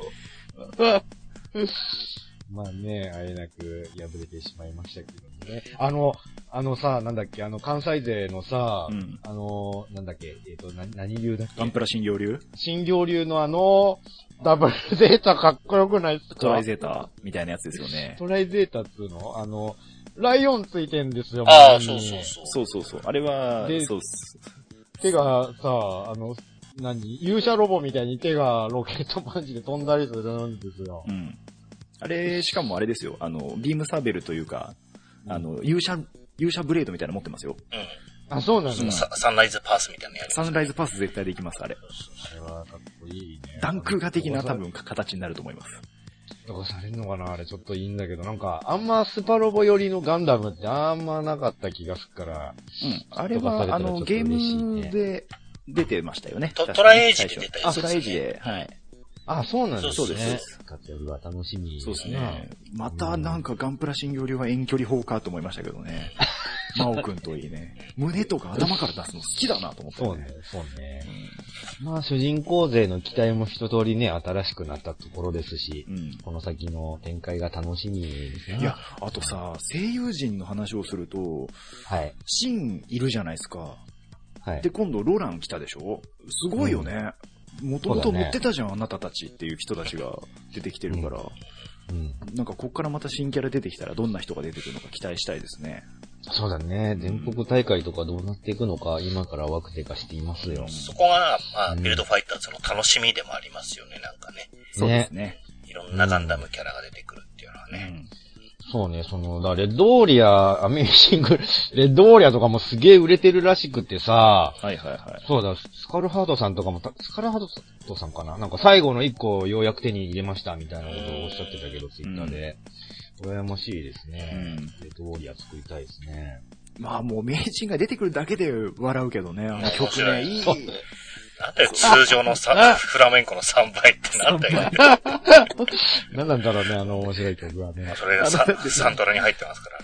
まあね、あえなく敗れてしまいましたけどね。さ、なんだっけ、関西勢のさ、なんだっけ、何流だっけ？ ガンプラ新行流？ 新行流のダブルゼータかっこよくないっすか？ トライゼータみたいなやつですよね。 トライゼータっつうのライオンついてんですよ。 そう。あれは、そうっす。 手がさ、勇者ロボみたいに手がロケットパンチで飛んだりするんですよ。 あれ、しかもあれですよ。ビームサーベルというか、勇者ブレードみたいなの持ってますよ。 そうなんだ。 サンライズパースみたいなやつ。 サンライズパース絶対できます、あれ。 あれはかっこいいね。 ダンク画的な多分形になると思います。 どうされんのかなあれちょっといいんだけど、なんか、あんまスパロボ寄りのガンダムってあんまなかった気がするから。 あれは、ゲームで出てましたよね。 トライエイジで出たやつ。 トライエイジで、はい。 そうなんですね。 そうです。 活躍は楽しみ。 そうですね。またなんかガンプラ新行流は遠距離砲かと思いましたけどね。真央くんといいね。胸とか頭から出すの好きだなと思ってね。 そうね。まあ主人公勢の期待も一通りね、新しくなったところですし、この先の展開が楽しみですね。 いや、あとさ、声優陣の話をすると、シンいるじゃないですか。で、今度ロラン来たでしょ？すごいよね。もともと乗ってたじゃん、あなたたちっていう人たちが出てきてるから、なんかこっからまた新キャラ出てきたらどんな人が出てくるのか期待したいですね。 そうだね。全国大会とかどうなっていくのか、今からワクテカしていますよ。 そこが、ビルドファイターズの楽しみでもありますよね、なんかね。 そうですね。 いろんなガンダムキャラが出てくるっていうのはね。 そうね、レッドオーリア、アメージング、レッドオーリアとかもすげえ売れてるらしくてさ、そうだ、スカルハードさんとかも、スカルハードさんかななんか最後の1個ようやく手に入れましたみたいなことをおっしゃってたけど、ツイッターで。羨ましいですね。レッドオーリア作りたいですね。 まあもう名人が出てくるだけで笑うけどね、曲ね、いい。 なんだよ、通常のフラメンコの3倍ってなんだよ。 何なんだろうね、面白い曲はね。 それがサントラに入ってますから。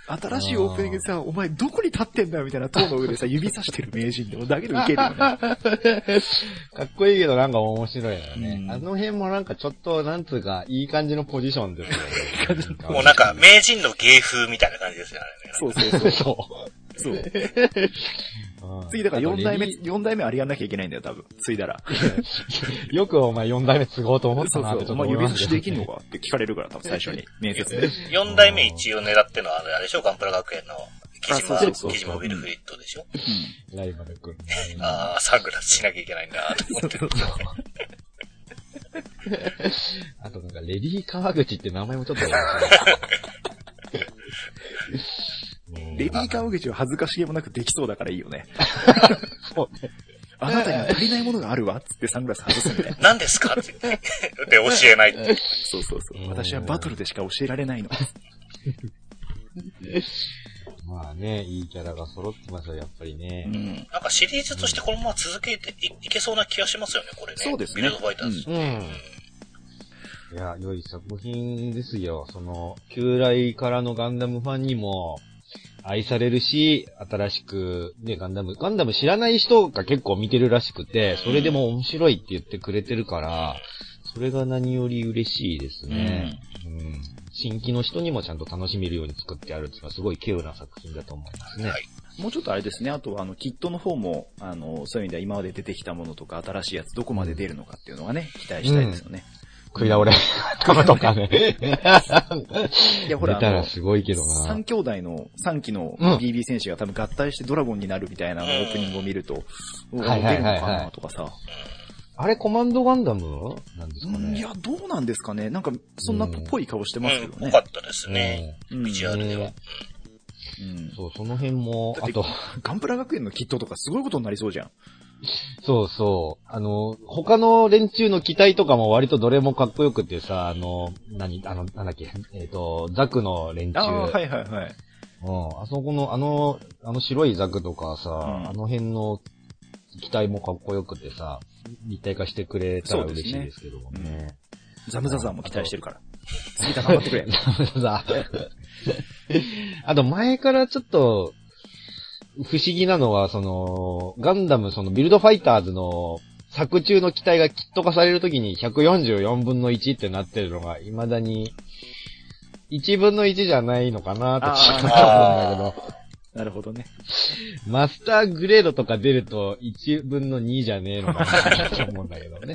新しいオープニングでさ、お前どこに立ってんだよみたいな塔の上でさ、指さしてる名人でもだけどウケるよね。かっこいいけどなんか面白いよね。あの辺もなんかちょっと、なんつうか、いい感じのポジションですよね。 もうなんか、名人の芸風みたいな感じですよね。 そう。そう。次だから4代目あれやんなきゃいけないんだよ、多分。継いだら。 よくお前4代目継ごうと思ったなってちょっと思います。お前指差しできんのかって聞かれるから、多分最初に。面接で。 4代目一応狙ってのはあれでしょ、ガンプラ学園の木島ウィルフリットでしょ。 ライバル君。 サングラスしなきゃいけないんだ、と思って。 あとなんか、レディー川口って名前もちょっと面白い。 レディー川口は恥ずかしげもなくできそうだからいいよね。 そうね。 あなたには足りないものがあるわっつってサングラス外すみたいな。 何ですかって言って。で、教えない。 そう。私はバトルでしか教えられないの。 まあね、いいキャラが揃ってますよ、やっぱりね。 なんかシリーズとしてこのまま続けていけそうな気がしますよね、これね。 そうですね。 ビルドファイターズ。 いや、良い作品ですよ。旧来からのガンダムファンにも愛されるし、新しく、ね、ガンダム知らない人が結構見てるらしくて、それでも面白いって言ってくれてるから、それが何より嬉しいですね。新規の人にもちゃんと楽しめるように作ってあるっていうのはすごい稀有な作品だと思いますね。はい。 もうちょっとあれですね、あとはキットの方も、そういう意味では今まで出てきたものとか新しいやつどこまで出るのかっていうのはね、期待したいですよね。 食い倒れ。カムとかね。 いや、ほら、 出たらすごいけどな。 3兄弟の3期の BB 戦士が多分合体してドラゴンになるみたいなオープニングを見ると、出るのかなとかさ。 あれコマンドガンダムなんですかね。 いや、どうなんですかね。なんか、そんなっぽい顔してますけどね。 ぽかったですね。ビジュアルでは。 そう、その辺も、あと、 ガンプラ学園のキットとかすごいことになりそうじゃん。 そうそう。他の連中の機体とかも割とどれもかっこよくてさ、なんだっけ、ザクの連中。 はい。 あそこの、あの白いザクとかさ、あの辺の機体もかっこよくてさ、立体化してくれたら嬉しいですけどもね。 ザムザザーも期待してるから。次頑張ってくれ。 ザムザザー。あと前からちょっと、不思議なのは、ガンダム、ビルドファイターズの作中の機体がキット化されるときに144分の1ってなってるのが、未だに、1分の1じゃないのかなってちょっと思うんだけど。 なるほどね。 マスターグレードとか出ると1分の2じゃねえのかなって思うんだけどね。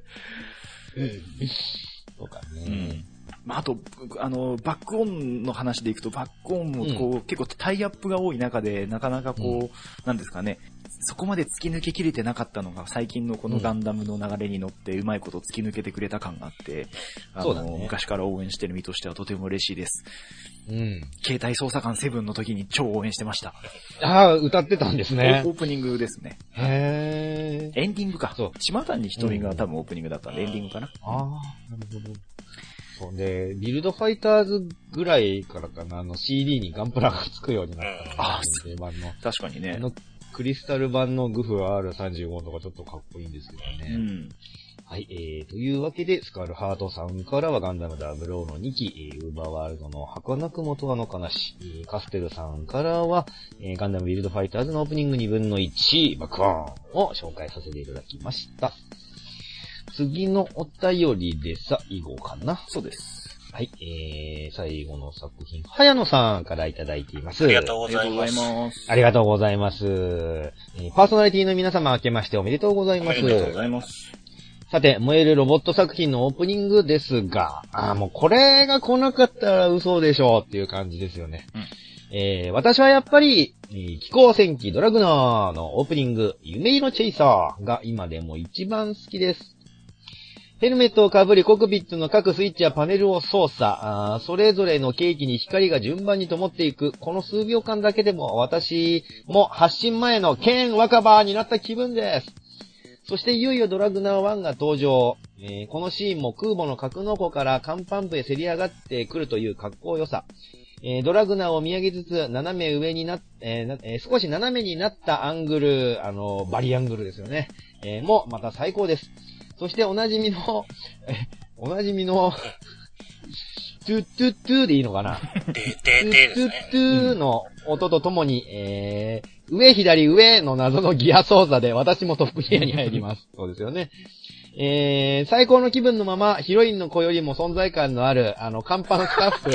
とかね。 まあ、あと、バックオンの話でいくと、バックオンも結構タイアップが多い中で、なかなかなんですかね、そこまで突き抜けきれてなかったのが、最近のこのガンダムの流れに乗って、うまいこと突き抜けてくれた感があって、昔から応援してる身としてはとても嬉しいです。携帯捜査官7の時に超応援してました。 ああ、歌ってたんですね。 オープニングですね。 へー。 エンディングか。島谷ひとみが多分オープニングだったんで、エンディングかな。 ああ、なるほど。そうで、ビルドファイターズぐらいからかな、CD にガンプラがつくようになったの。定番の。 確かにね。 クリスタル版のグフ R35 とかちょっとかっこいいんですけどね。はい、というわけで、スカルハートさんからはガンダム00の2期、ウーバーワールドの儚くもとはの悲し、カステルさんからは、ガンダムビルドファイターズのオープニング2分の1、バクオンを紹介させていただきました。次のお便りで最後かな。 そうです。 はい、最後の作品、早野さんからいただいています。 ありがとうございます。 ありがとうございます。パーソナリティの皆様明けましておめでとうございます。 ありがとうございます。 さて、燃えるロボット作品のオープニングですが、もうこれが来なかったら嘘でしょうっていう感じですよね。私はやっぱり、気候戦記ドラグナーのオープニング、夢色チェイサーが今でも一番好きです。ヘルメットをかぶりコクピットの各スイッチやパネルを操作、それぞれのケーキに光が順番に灯っていく、この数秒間だけでも私も発信前のケン・ワカバーになった気分です。そしていよいよドラグナー1が登場。このシーンも空母の格納庫から甲板部へせり上がってくるという格好良さ。ドラグナーを見上げつつ斜め上に少し斜めになったアングル、バリアングルですよね。もまた最高です。そしておなじみの、 トゥトゥトゥでいいのかな。 ですね。 トゥトゥの音とともに、上左上の謎のギア操作で私もトップギアに入ります。そうですよね。最高の気分のまま、ヒロインの子よりも存在感のある、看板スタッフ。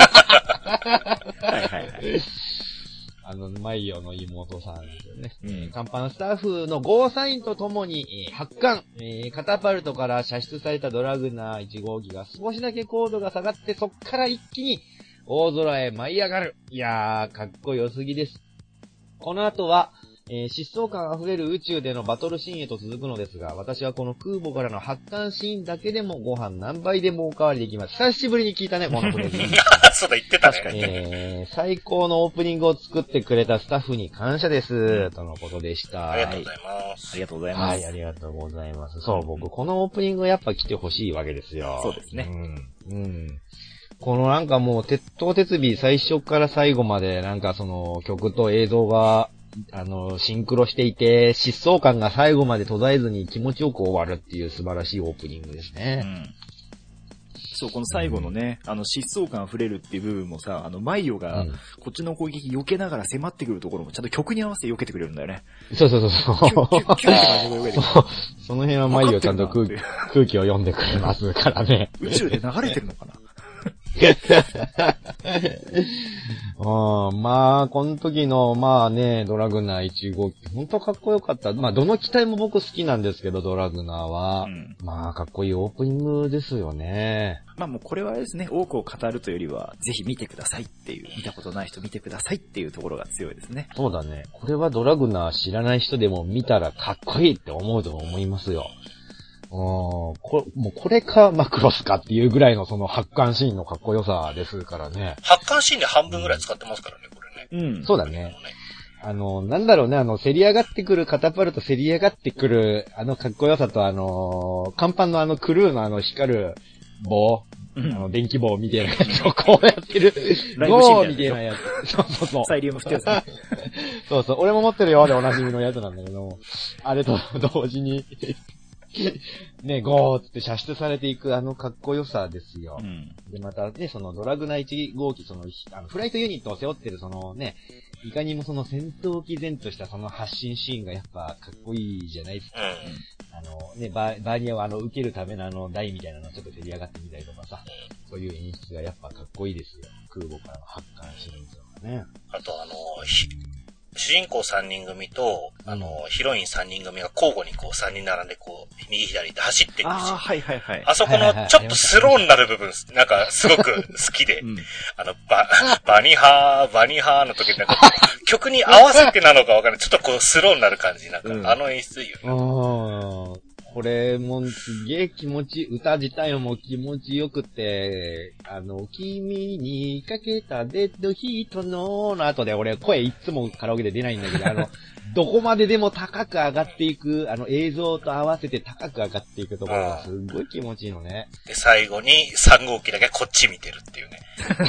はいはいはい。 マイヨの妹さんですよね。看板スタッフのゴーサインとともに、発艦、カタパルトから射出されたドラグナー1号機が少しだけ高度が下がって、そっから一気に大空へ舞い上がる。いやー、かっこよすぎです。この後は、疾走感あふれる宇宙でのバトルシーンへと続くのですが、私はこの空母からの発艦シーンだけでもご飯何倍でもおかわりできます。久しぶりに聞いたね、このフレーズ。 そうだ、言ってたね。 確かに。 最高のオープニングを作ってくれたスタッフに感謝です。とのことでした。 ありがとうございます。 ありがとうございます。 はい、ありがとうございます。そう、僕、このオープニングやっぱ来てほしいわけですよ。 そうですね。 このなんかもう、鉄頭鉄尾最初から最後まで、なんかその曲と映像が、シンクロしていて、疾走感が最後まで途絶えずに気持ちよく終わるっていう素晴らしいオープニングですね。 そう、この最後のね、疾走感溢れるっていう部分もさ、マイヨが、こっちの攻撃避けながら迫ってくるところも、ちゃんと曲に合わせて避けてくれるんだよね。 そう。 キュッキュッキュッって感じで避けてくる。 その辺はマイヨちゃんと空気を読んでくれますからね。 宇宙で流れてるのかなまあ、この時の、まあね、ドラグナー1号機、ほんとかっこよかった。まあ、どの機体も僕好きなんですけど、ドラグナーは。まあ、かっこいいオープニングですよね。 まあもうこれはですね、多くを語るというよりは、ぜひ見てくださいっていう、見たことない人見てくださいっていうところが強いですね。 そうだね。これはドラグナー知らない人でも見たらかっこいいって思うと思いますよ。もうこれかマクロスかっていうぐらいのその発艦シーンのかっこよさですからね。 発艦シーンで半分ぐらい使ってますからね、これね。 そうだね。なんだろうね、競り上がってくる、カタパルト競り上がってくる、かっこよさと甲板のクルーの光る棒、電気棒みたいなやつをこうやってる、ゴーみたいなやつ。そう。 サイリウム振ってるやつ。そう。俺も持ってるよでおなじみのやつなんだけど、あれと同時に、ね、ゴーって射出されていくかっこよさですよ。で、またね、そのドラグナ1号機、フライトユニットを背負ってるそのね、いかにもその戦闘機前としたその発進シーンがやっぱかっこいいじゃないですか。ね、バーニアは受けるための台みたいなのをちょっと照り上がってみたりとかさ、そういう演出がやっぱかっこいいですよ。空母からの発艦シーンとかね。 あと主人公3人組と、ヒロイン3人組が交互にこう3人並んでこう、右左で走っていくんですよ。 はい。 あそこのちょっとスローになる部分、なんかすごく好きで、バニハーの時なんか曲に合わせてなのかわからない。ちょっとこうスローになる感じ、なんか演出いいよね。 これもすげえ歌自体も気持ちよくて、君にかけたデッドヒートの後で俺声いつもカラオケで出ないんだけど、どこまででも高く上がっていく、映像と合わせて高く上がっていくところがすごい気持ちいいのね。 で、最後に3号機だけこっち見てるっていうね。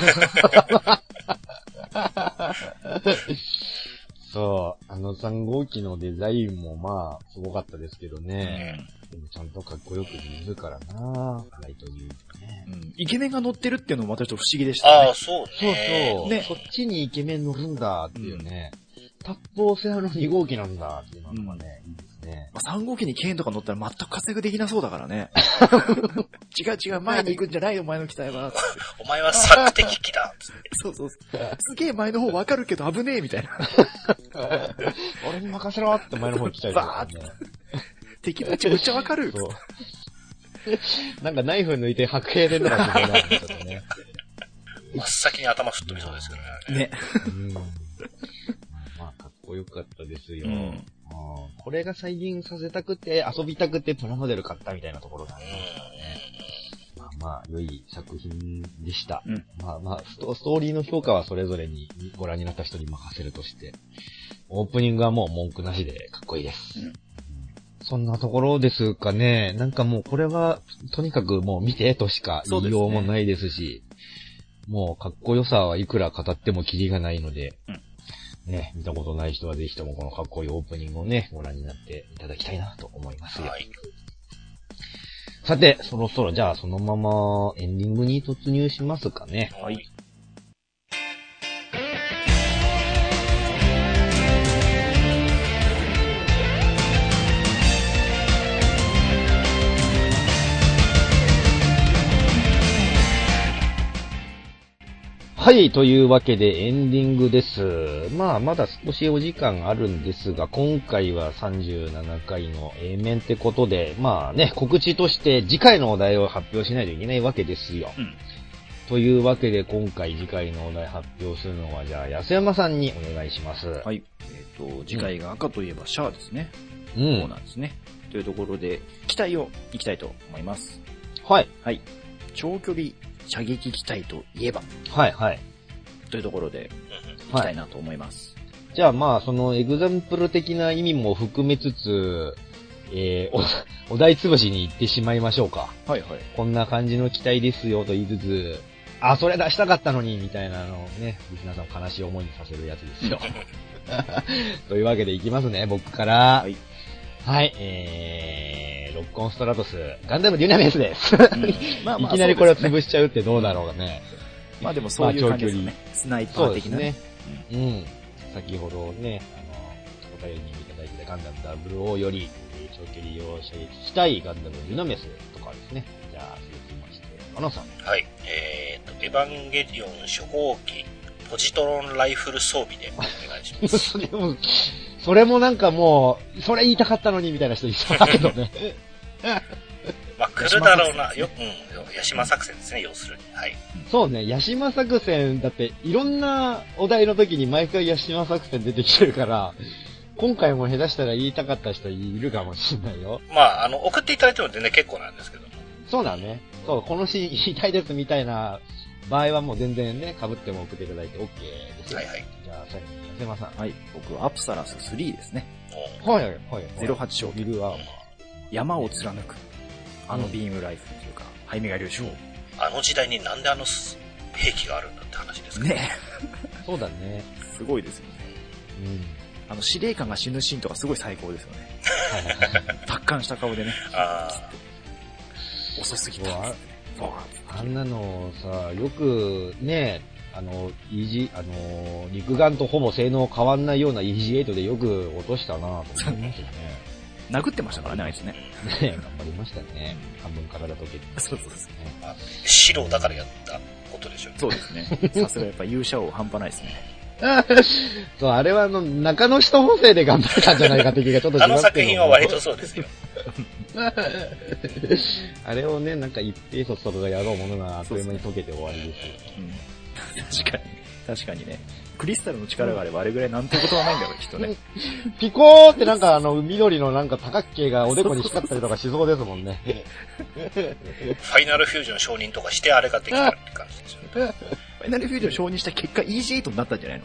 そう。3号機のデザインもまあ、すごかったですけどね。でもちゃんとかっこよく見えるからなライトニューね。 イケメンが乗ってるっていうのもまたちょっと不思議でしたね。 そうね。 そう。ね。そっちにイケメン乗るんだっていうね。タップオセアの2号機なんだっていうのがね、いいですね。 3号機にケインとか乗ったら全く活躍できなそうだからね。違う、前に行くんじゃないよ、前の機体は。 お前は索敵機だ。 そう。すげえ前の方わかるけど危ねえみたいな。 俺に任せろって前の方に来ちゃう、ね。バーって。 敵の位置めっちゃわかる。 そう。なんかナイフ抜いて白兵でとかってね。ちょっとね。 真っ先に頭吹っ飛びそうですけどね。 まあ、かっこよかったですよ。これが再現させたくて、遊びたくてプラモデル買ったみたいなところがありますからね。まあ、良い作品でした。ストーリーの評価はそれぞれにご覧になった人に任せるとして、オープニングはもう文句なしでかっこいいです。そんなところですかね。なんかもうこれは、とにかくもう見てとしか言いようもないですし、もうかっこよさはいくら語ってもキリがないので、ね、見たことない人はぜひともこのかっこいいオープニングをね、ご覧になっていただきたいなと思いますよ。 さて、そろそろじゃあそのままエンディングに突入しますかね。 はい。 はい、というわけでエンディングです。まあ、まだ少しお時間あるんですが、今回は37回の A 面ってことで、まあね、告知として次回のお題を発表しないといけないわけですよ。うん、というわけで、今回次回のお題発表するのは、じゃあ、安山さんにお願いします。 はい。次回が赤といえばシャアですね。うん。そうなんですね。というところで、機体をいきたいと思います。 はい。 はい。長距離射撃機体といえば。 はいはい。 というところで、いきたいなと思います。 はい、じゃあまあ、そのエグザンプル的な意味も含めつつ、お題潰しに行ってしまいましょうか。 はいはい。 こんな感じの機体ですよと言いつつ、あ、それ出したかったのに、みたいなのをね、リスナーさんを悲しい思いにさせるやつですよ。というわけでいきますね、僕から。はい。はい、ロッコンストラトス、ガンダムデュナメスです。まあまあいきなりこれを潰しちゃうってどうだろうかね。 まあでもそういう感じですね。スナイパー的なね。 うん。先ほどね、お便りにいただいてたガンダム00より、長距離用射撃機体ガンダムデュナメスとかですね。じゃあ、続きまして、アナさん。 はい。エヴァンゲリオン初号機、ポジトロンライフル装備でお願いします。 それもなんかもう、それ言いたかったのにみたいな人いそうだけどね。 まあ、来るだろうな。ヤシマ作戦ですね、要するに。はい。 そうね、ヤシマ作戦、だって、いろんなお題の時に毎回ヤシマ作戦出てきてるから、今回も下手したら言いたかった人いるかもしれないよ。 まあ、送っていただいても全然結構なんですけど。 そうだね。そう、このシーン言いたいですみたいな場合はもう全然ね、被っても送っていただいて OK ですよ。はいはい。じゃあ、最後に、ヤセマさん。 はい。僕はアプサラス3ですね。 はいはいはい。 08章。ビルアーマー。山を貫く。ビームライフルというか、ハイメガ粒子。 あの時代になんで兵器があるんだって話ですかね。 そうだね。 すごいですよね。うん。司令官が死ぬシーンとかすごい最高ですよね。達観した顔でね。遅すぎた。 あんなのさ、よくね、肉眼とほぼ性能変わんないような EG8 でよく落としたなぁと思いますよね。 殴ってましたからね、あいつね。 ね、頑張りましたね。半分体溶けて。 そうですね。 白だからやったことでしょ。 そうですね。さすがやっぱ勇者王半端ないですね。 そう、あれは中野人補正で頑張ったんじゃないかって気がちょっとしますけど。 作品は割とそうですよ。 あれをね、なんか一平卒とかがやろうものがあっという間に溶けて終わりですよ。 確かにね。クリスタルの力があればあれぐらいなんてことはないんだろう、きっとね。 ピコーってなんか緑のなんか多角形がおでこに光ったりとかしそうですもんね。 ファイナルフュージョン承認とかしてあれができたって感じですよね。 ファイナルフュージョン承認した結果 EG8 になったんじゃないの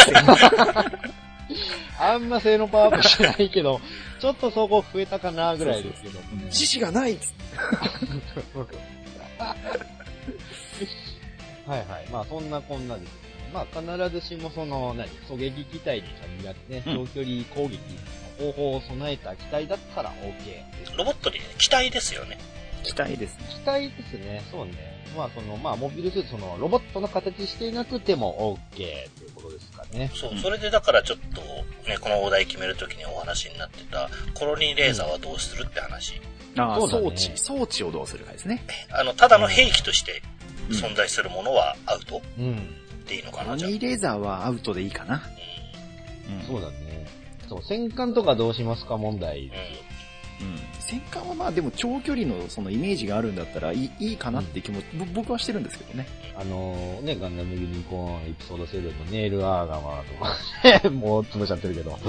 あんま性能パワーアップしてないけど、ちょっとそこ増えたかなぐらいですけど、ね。 獅子がないはいはい。まあそんなこんなです。まあ必ずしも狙撃機体に限らずね、長距離攻撃の方法を備えた機体だったら OK です。 ロボットに機体ですよね。 機体ですね。 機体ですね。そうね。まあモビルスーツロボットの形していなくても OK ということですかね。 そう、それでだからちょっとね、このお題決めるときにお話になってたコロニーレーザーはどうするって話。 ああ、装置をどうするかですね。 ただの兵器として存在するものはアウト。でいいのかな。 コロニーレーザーはアウトでいいかな。 そうだね。そう、戦艦とかどうしますか問題ですよ。 戦艦はまあでも長距離のそのイメージがあるんだったらいいかなって気も、僕はしてるんですけどね。 ね、ガンダムユニコーンエピソード7のネイルアーガマとか、もう潰しちゃってるけど。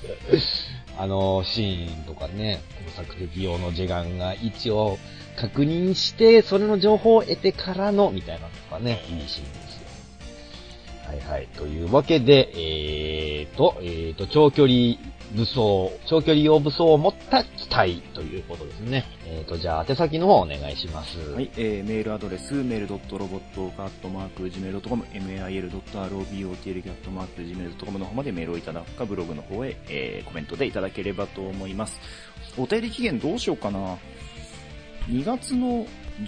シーンとかね、作的用のジェガンが一応確認して、それの情報を得てからの、みたいなのとかね、いいシーンですよ。はいはい。というわけで、長距離用武装を持った機体ということですね。じゃあ、宛先の方お願いします。 はい、メールアドレス、mail.robot.gmail.com、mail.robot.gmail.com の方までメールをいただくか、ブログの方へ、コメントでいただければと思います。お便り期限どうしようかな。 2月の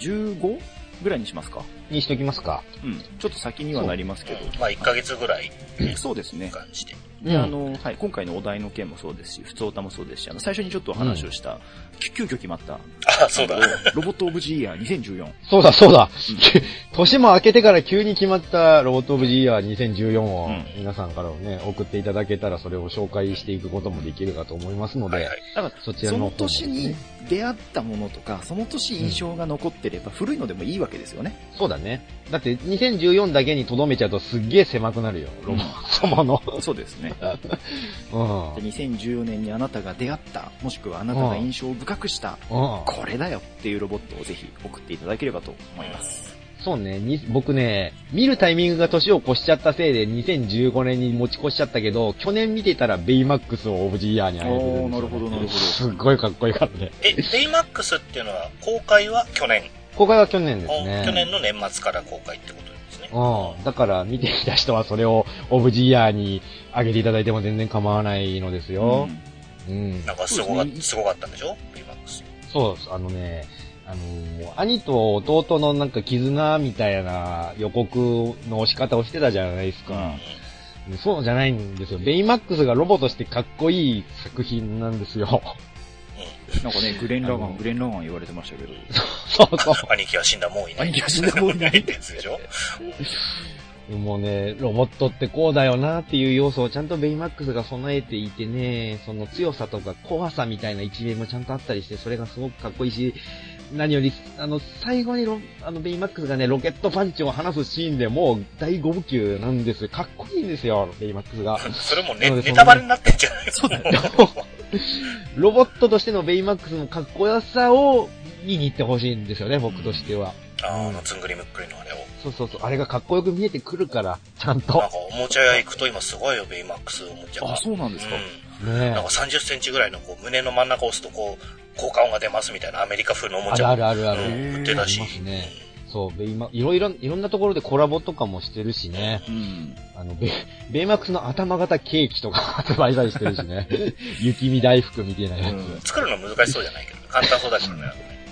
15ぐらいにしますか？ にしときますか。 うん。ちょっと先にはなりますけど。 まあ1ヶ月ぐらい。 そうですね。 感じで。 で、はい、今回のお題の件もそうですし、普通歌もそうですし、最初にちょっと話をした、急遽決まった。 あ、そうだ。 ロボットオブジーイヤー2014。 そうだ、そうだ。年も明けてから急に決まったロボットオブジーイヤー2014を、皆さんからね、送っていただけたらそれを紹介していくこともできるかと思いますので、はいはい、 だからそちらの方も、その年に出会ったものとか、その年印象が残ってれば古いのでもいいわけですよね。 そうだね。だって2014だけに留めちゃうとすっげえ狭くなるよ、ロボ様の。 そうですね。2014年にあなたが出会った、もしくはあなたが印象深くした、これだよっていうロボットをぜひ送っていただければと思います。 そうね、僕ね、見るタイミングが年を越しちゃったせいで2015年に持ち越しちゃったけど、去年見てたらベイマックスをオブジーイヤーにあげてるんですよ、ね。 なるほどなるほど。 すっごいかっこいいからね。 ベイマックスっていうのは公開は去年？ 公開は去年ですね。 去年の年末から公開ってことですね。 だから見てきた人はそれをオブジーイヤーにあげていただいても全然構わないのですよ。 なんかすごかったんでしょ？ベイマックス。 そうです。兄と弟のなんか絆みたいな予告の押し方をしてたじゃないですか。そうじゃないんですよ。ベイマックスがロボとしてかっこいい作品なんですよ。 なんかね、グレン・ラガン言われてましたけど。 そう。 兄貴は死んだもういない。 兄貴は死んだもういないってやつでしょ？ もうね、ロボットってこうだよなっていう要素をちゃんとベイマックスが備えていてね、その強さとか怖さみたいな一面もちゃんとあったりして、それがすごくかっこいいし、何より、最後にベイマックスがね、ロケットパンチを放すシーンでもう大号泣なんですよ。かっこいいんですよ、ベイマックスが。 それもネタバレになってんじゃない？ そうだよ。 ロボットとしてのベイマックスのかっこよさを見に行ってほしいんですよね、僕としては。 つんぐりむっくりのあれを。 そう。あれがかっこよく見えてくるから、ちゃんと。 なんかおもちゃ屋行くと今すごいよ、ベイマックスおもちゃが。 あ、そうなんですか。 なんか30センチぐらいのこう胸の真ん中を押すとこう、効果音が出ますみたいなアメリカ風のおもちゃある。 売ってたし。 そう、いろんなところでコラボとかもしてるしね。ベイマックスの頭型ケーキとか発売したりしてるしね。雪見大福みたいなやつ。作るの難しそうじゃないけど、簡単そうだけどね。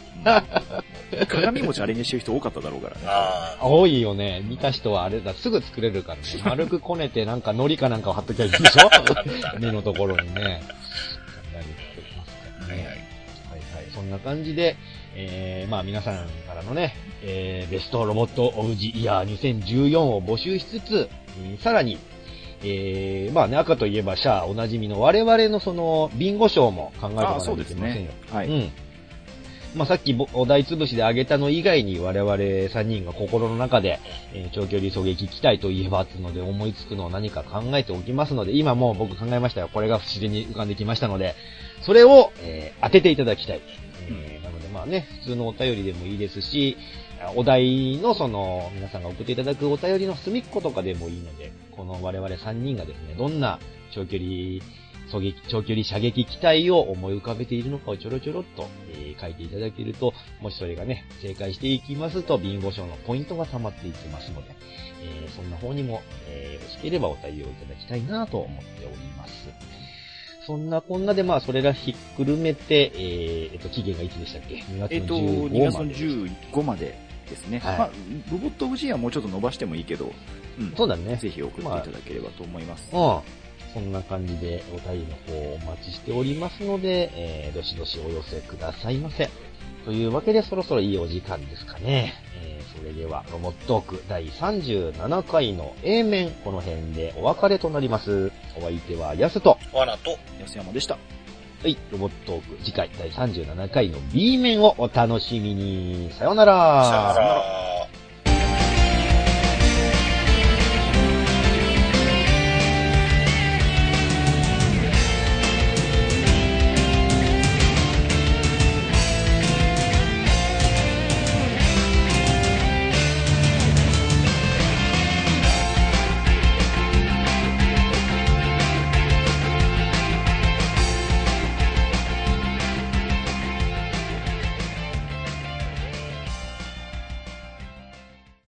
鏡餅あれにしてる人多かっただろうからね。 多いよね。見た人はあれだ、すぐ作れるからね。丸くこねてなんか海苔かなんかを貼っときゃいいでしょ？目のところにね。そんな感じで、皆さんからのね、ベストロボットオブジイヤー2014を募集しつつ、さらに、赤といえばシャアおなじみの我々のその、ビンゴ賞も考えてもらっていけませんよ。はい。さっきお題潰しで挙げたの以外に我々3人が心の中で、長距離狙撃機体といえばつので思いつくのを何か考えておきますので、今もう僕考えましたよ。これが不自然に浮かんできましたので、それを、当てていただきたい。なので普通のお便りでもいいですし、お題の皆さんが送っていただくお便りの隅っことかでもいいので、この我々3人がですね、どんな長距離射撃機体を思い浮かべているのかをちょろちょろっと、書いていただけると、もしそれがね、正解していきますと、ビンゴ賞のポイントが溜まっていきますので、そんな方にも、よろしければお対応いただきたいなと思っております。そんなこんなでそれらひっくるめて、期限がいつでしたっけ？ 2月の 2月の15までですね。 はい。 ロボットオブジーはもうちょっと伸ばしてもいいけど、 そうだね。 ぜひ送っていただければと思います。 そんな感じでお便りの方をお待ちしておりますので、どしどしお寄せくださいませ。というわけでそろそろいいお時間ですかね。それではロボットーク第37回の A 面この辺でお別れとなります。お相手はヤスとワナと安山でした。 はい、ロボットーク次回第37回の B 面をお楽しみに。さようなら。 さようなら。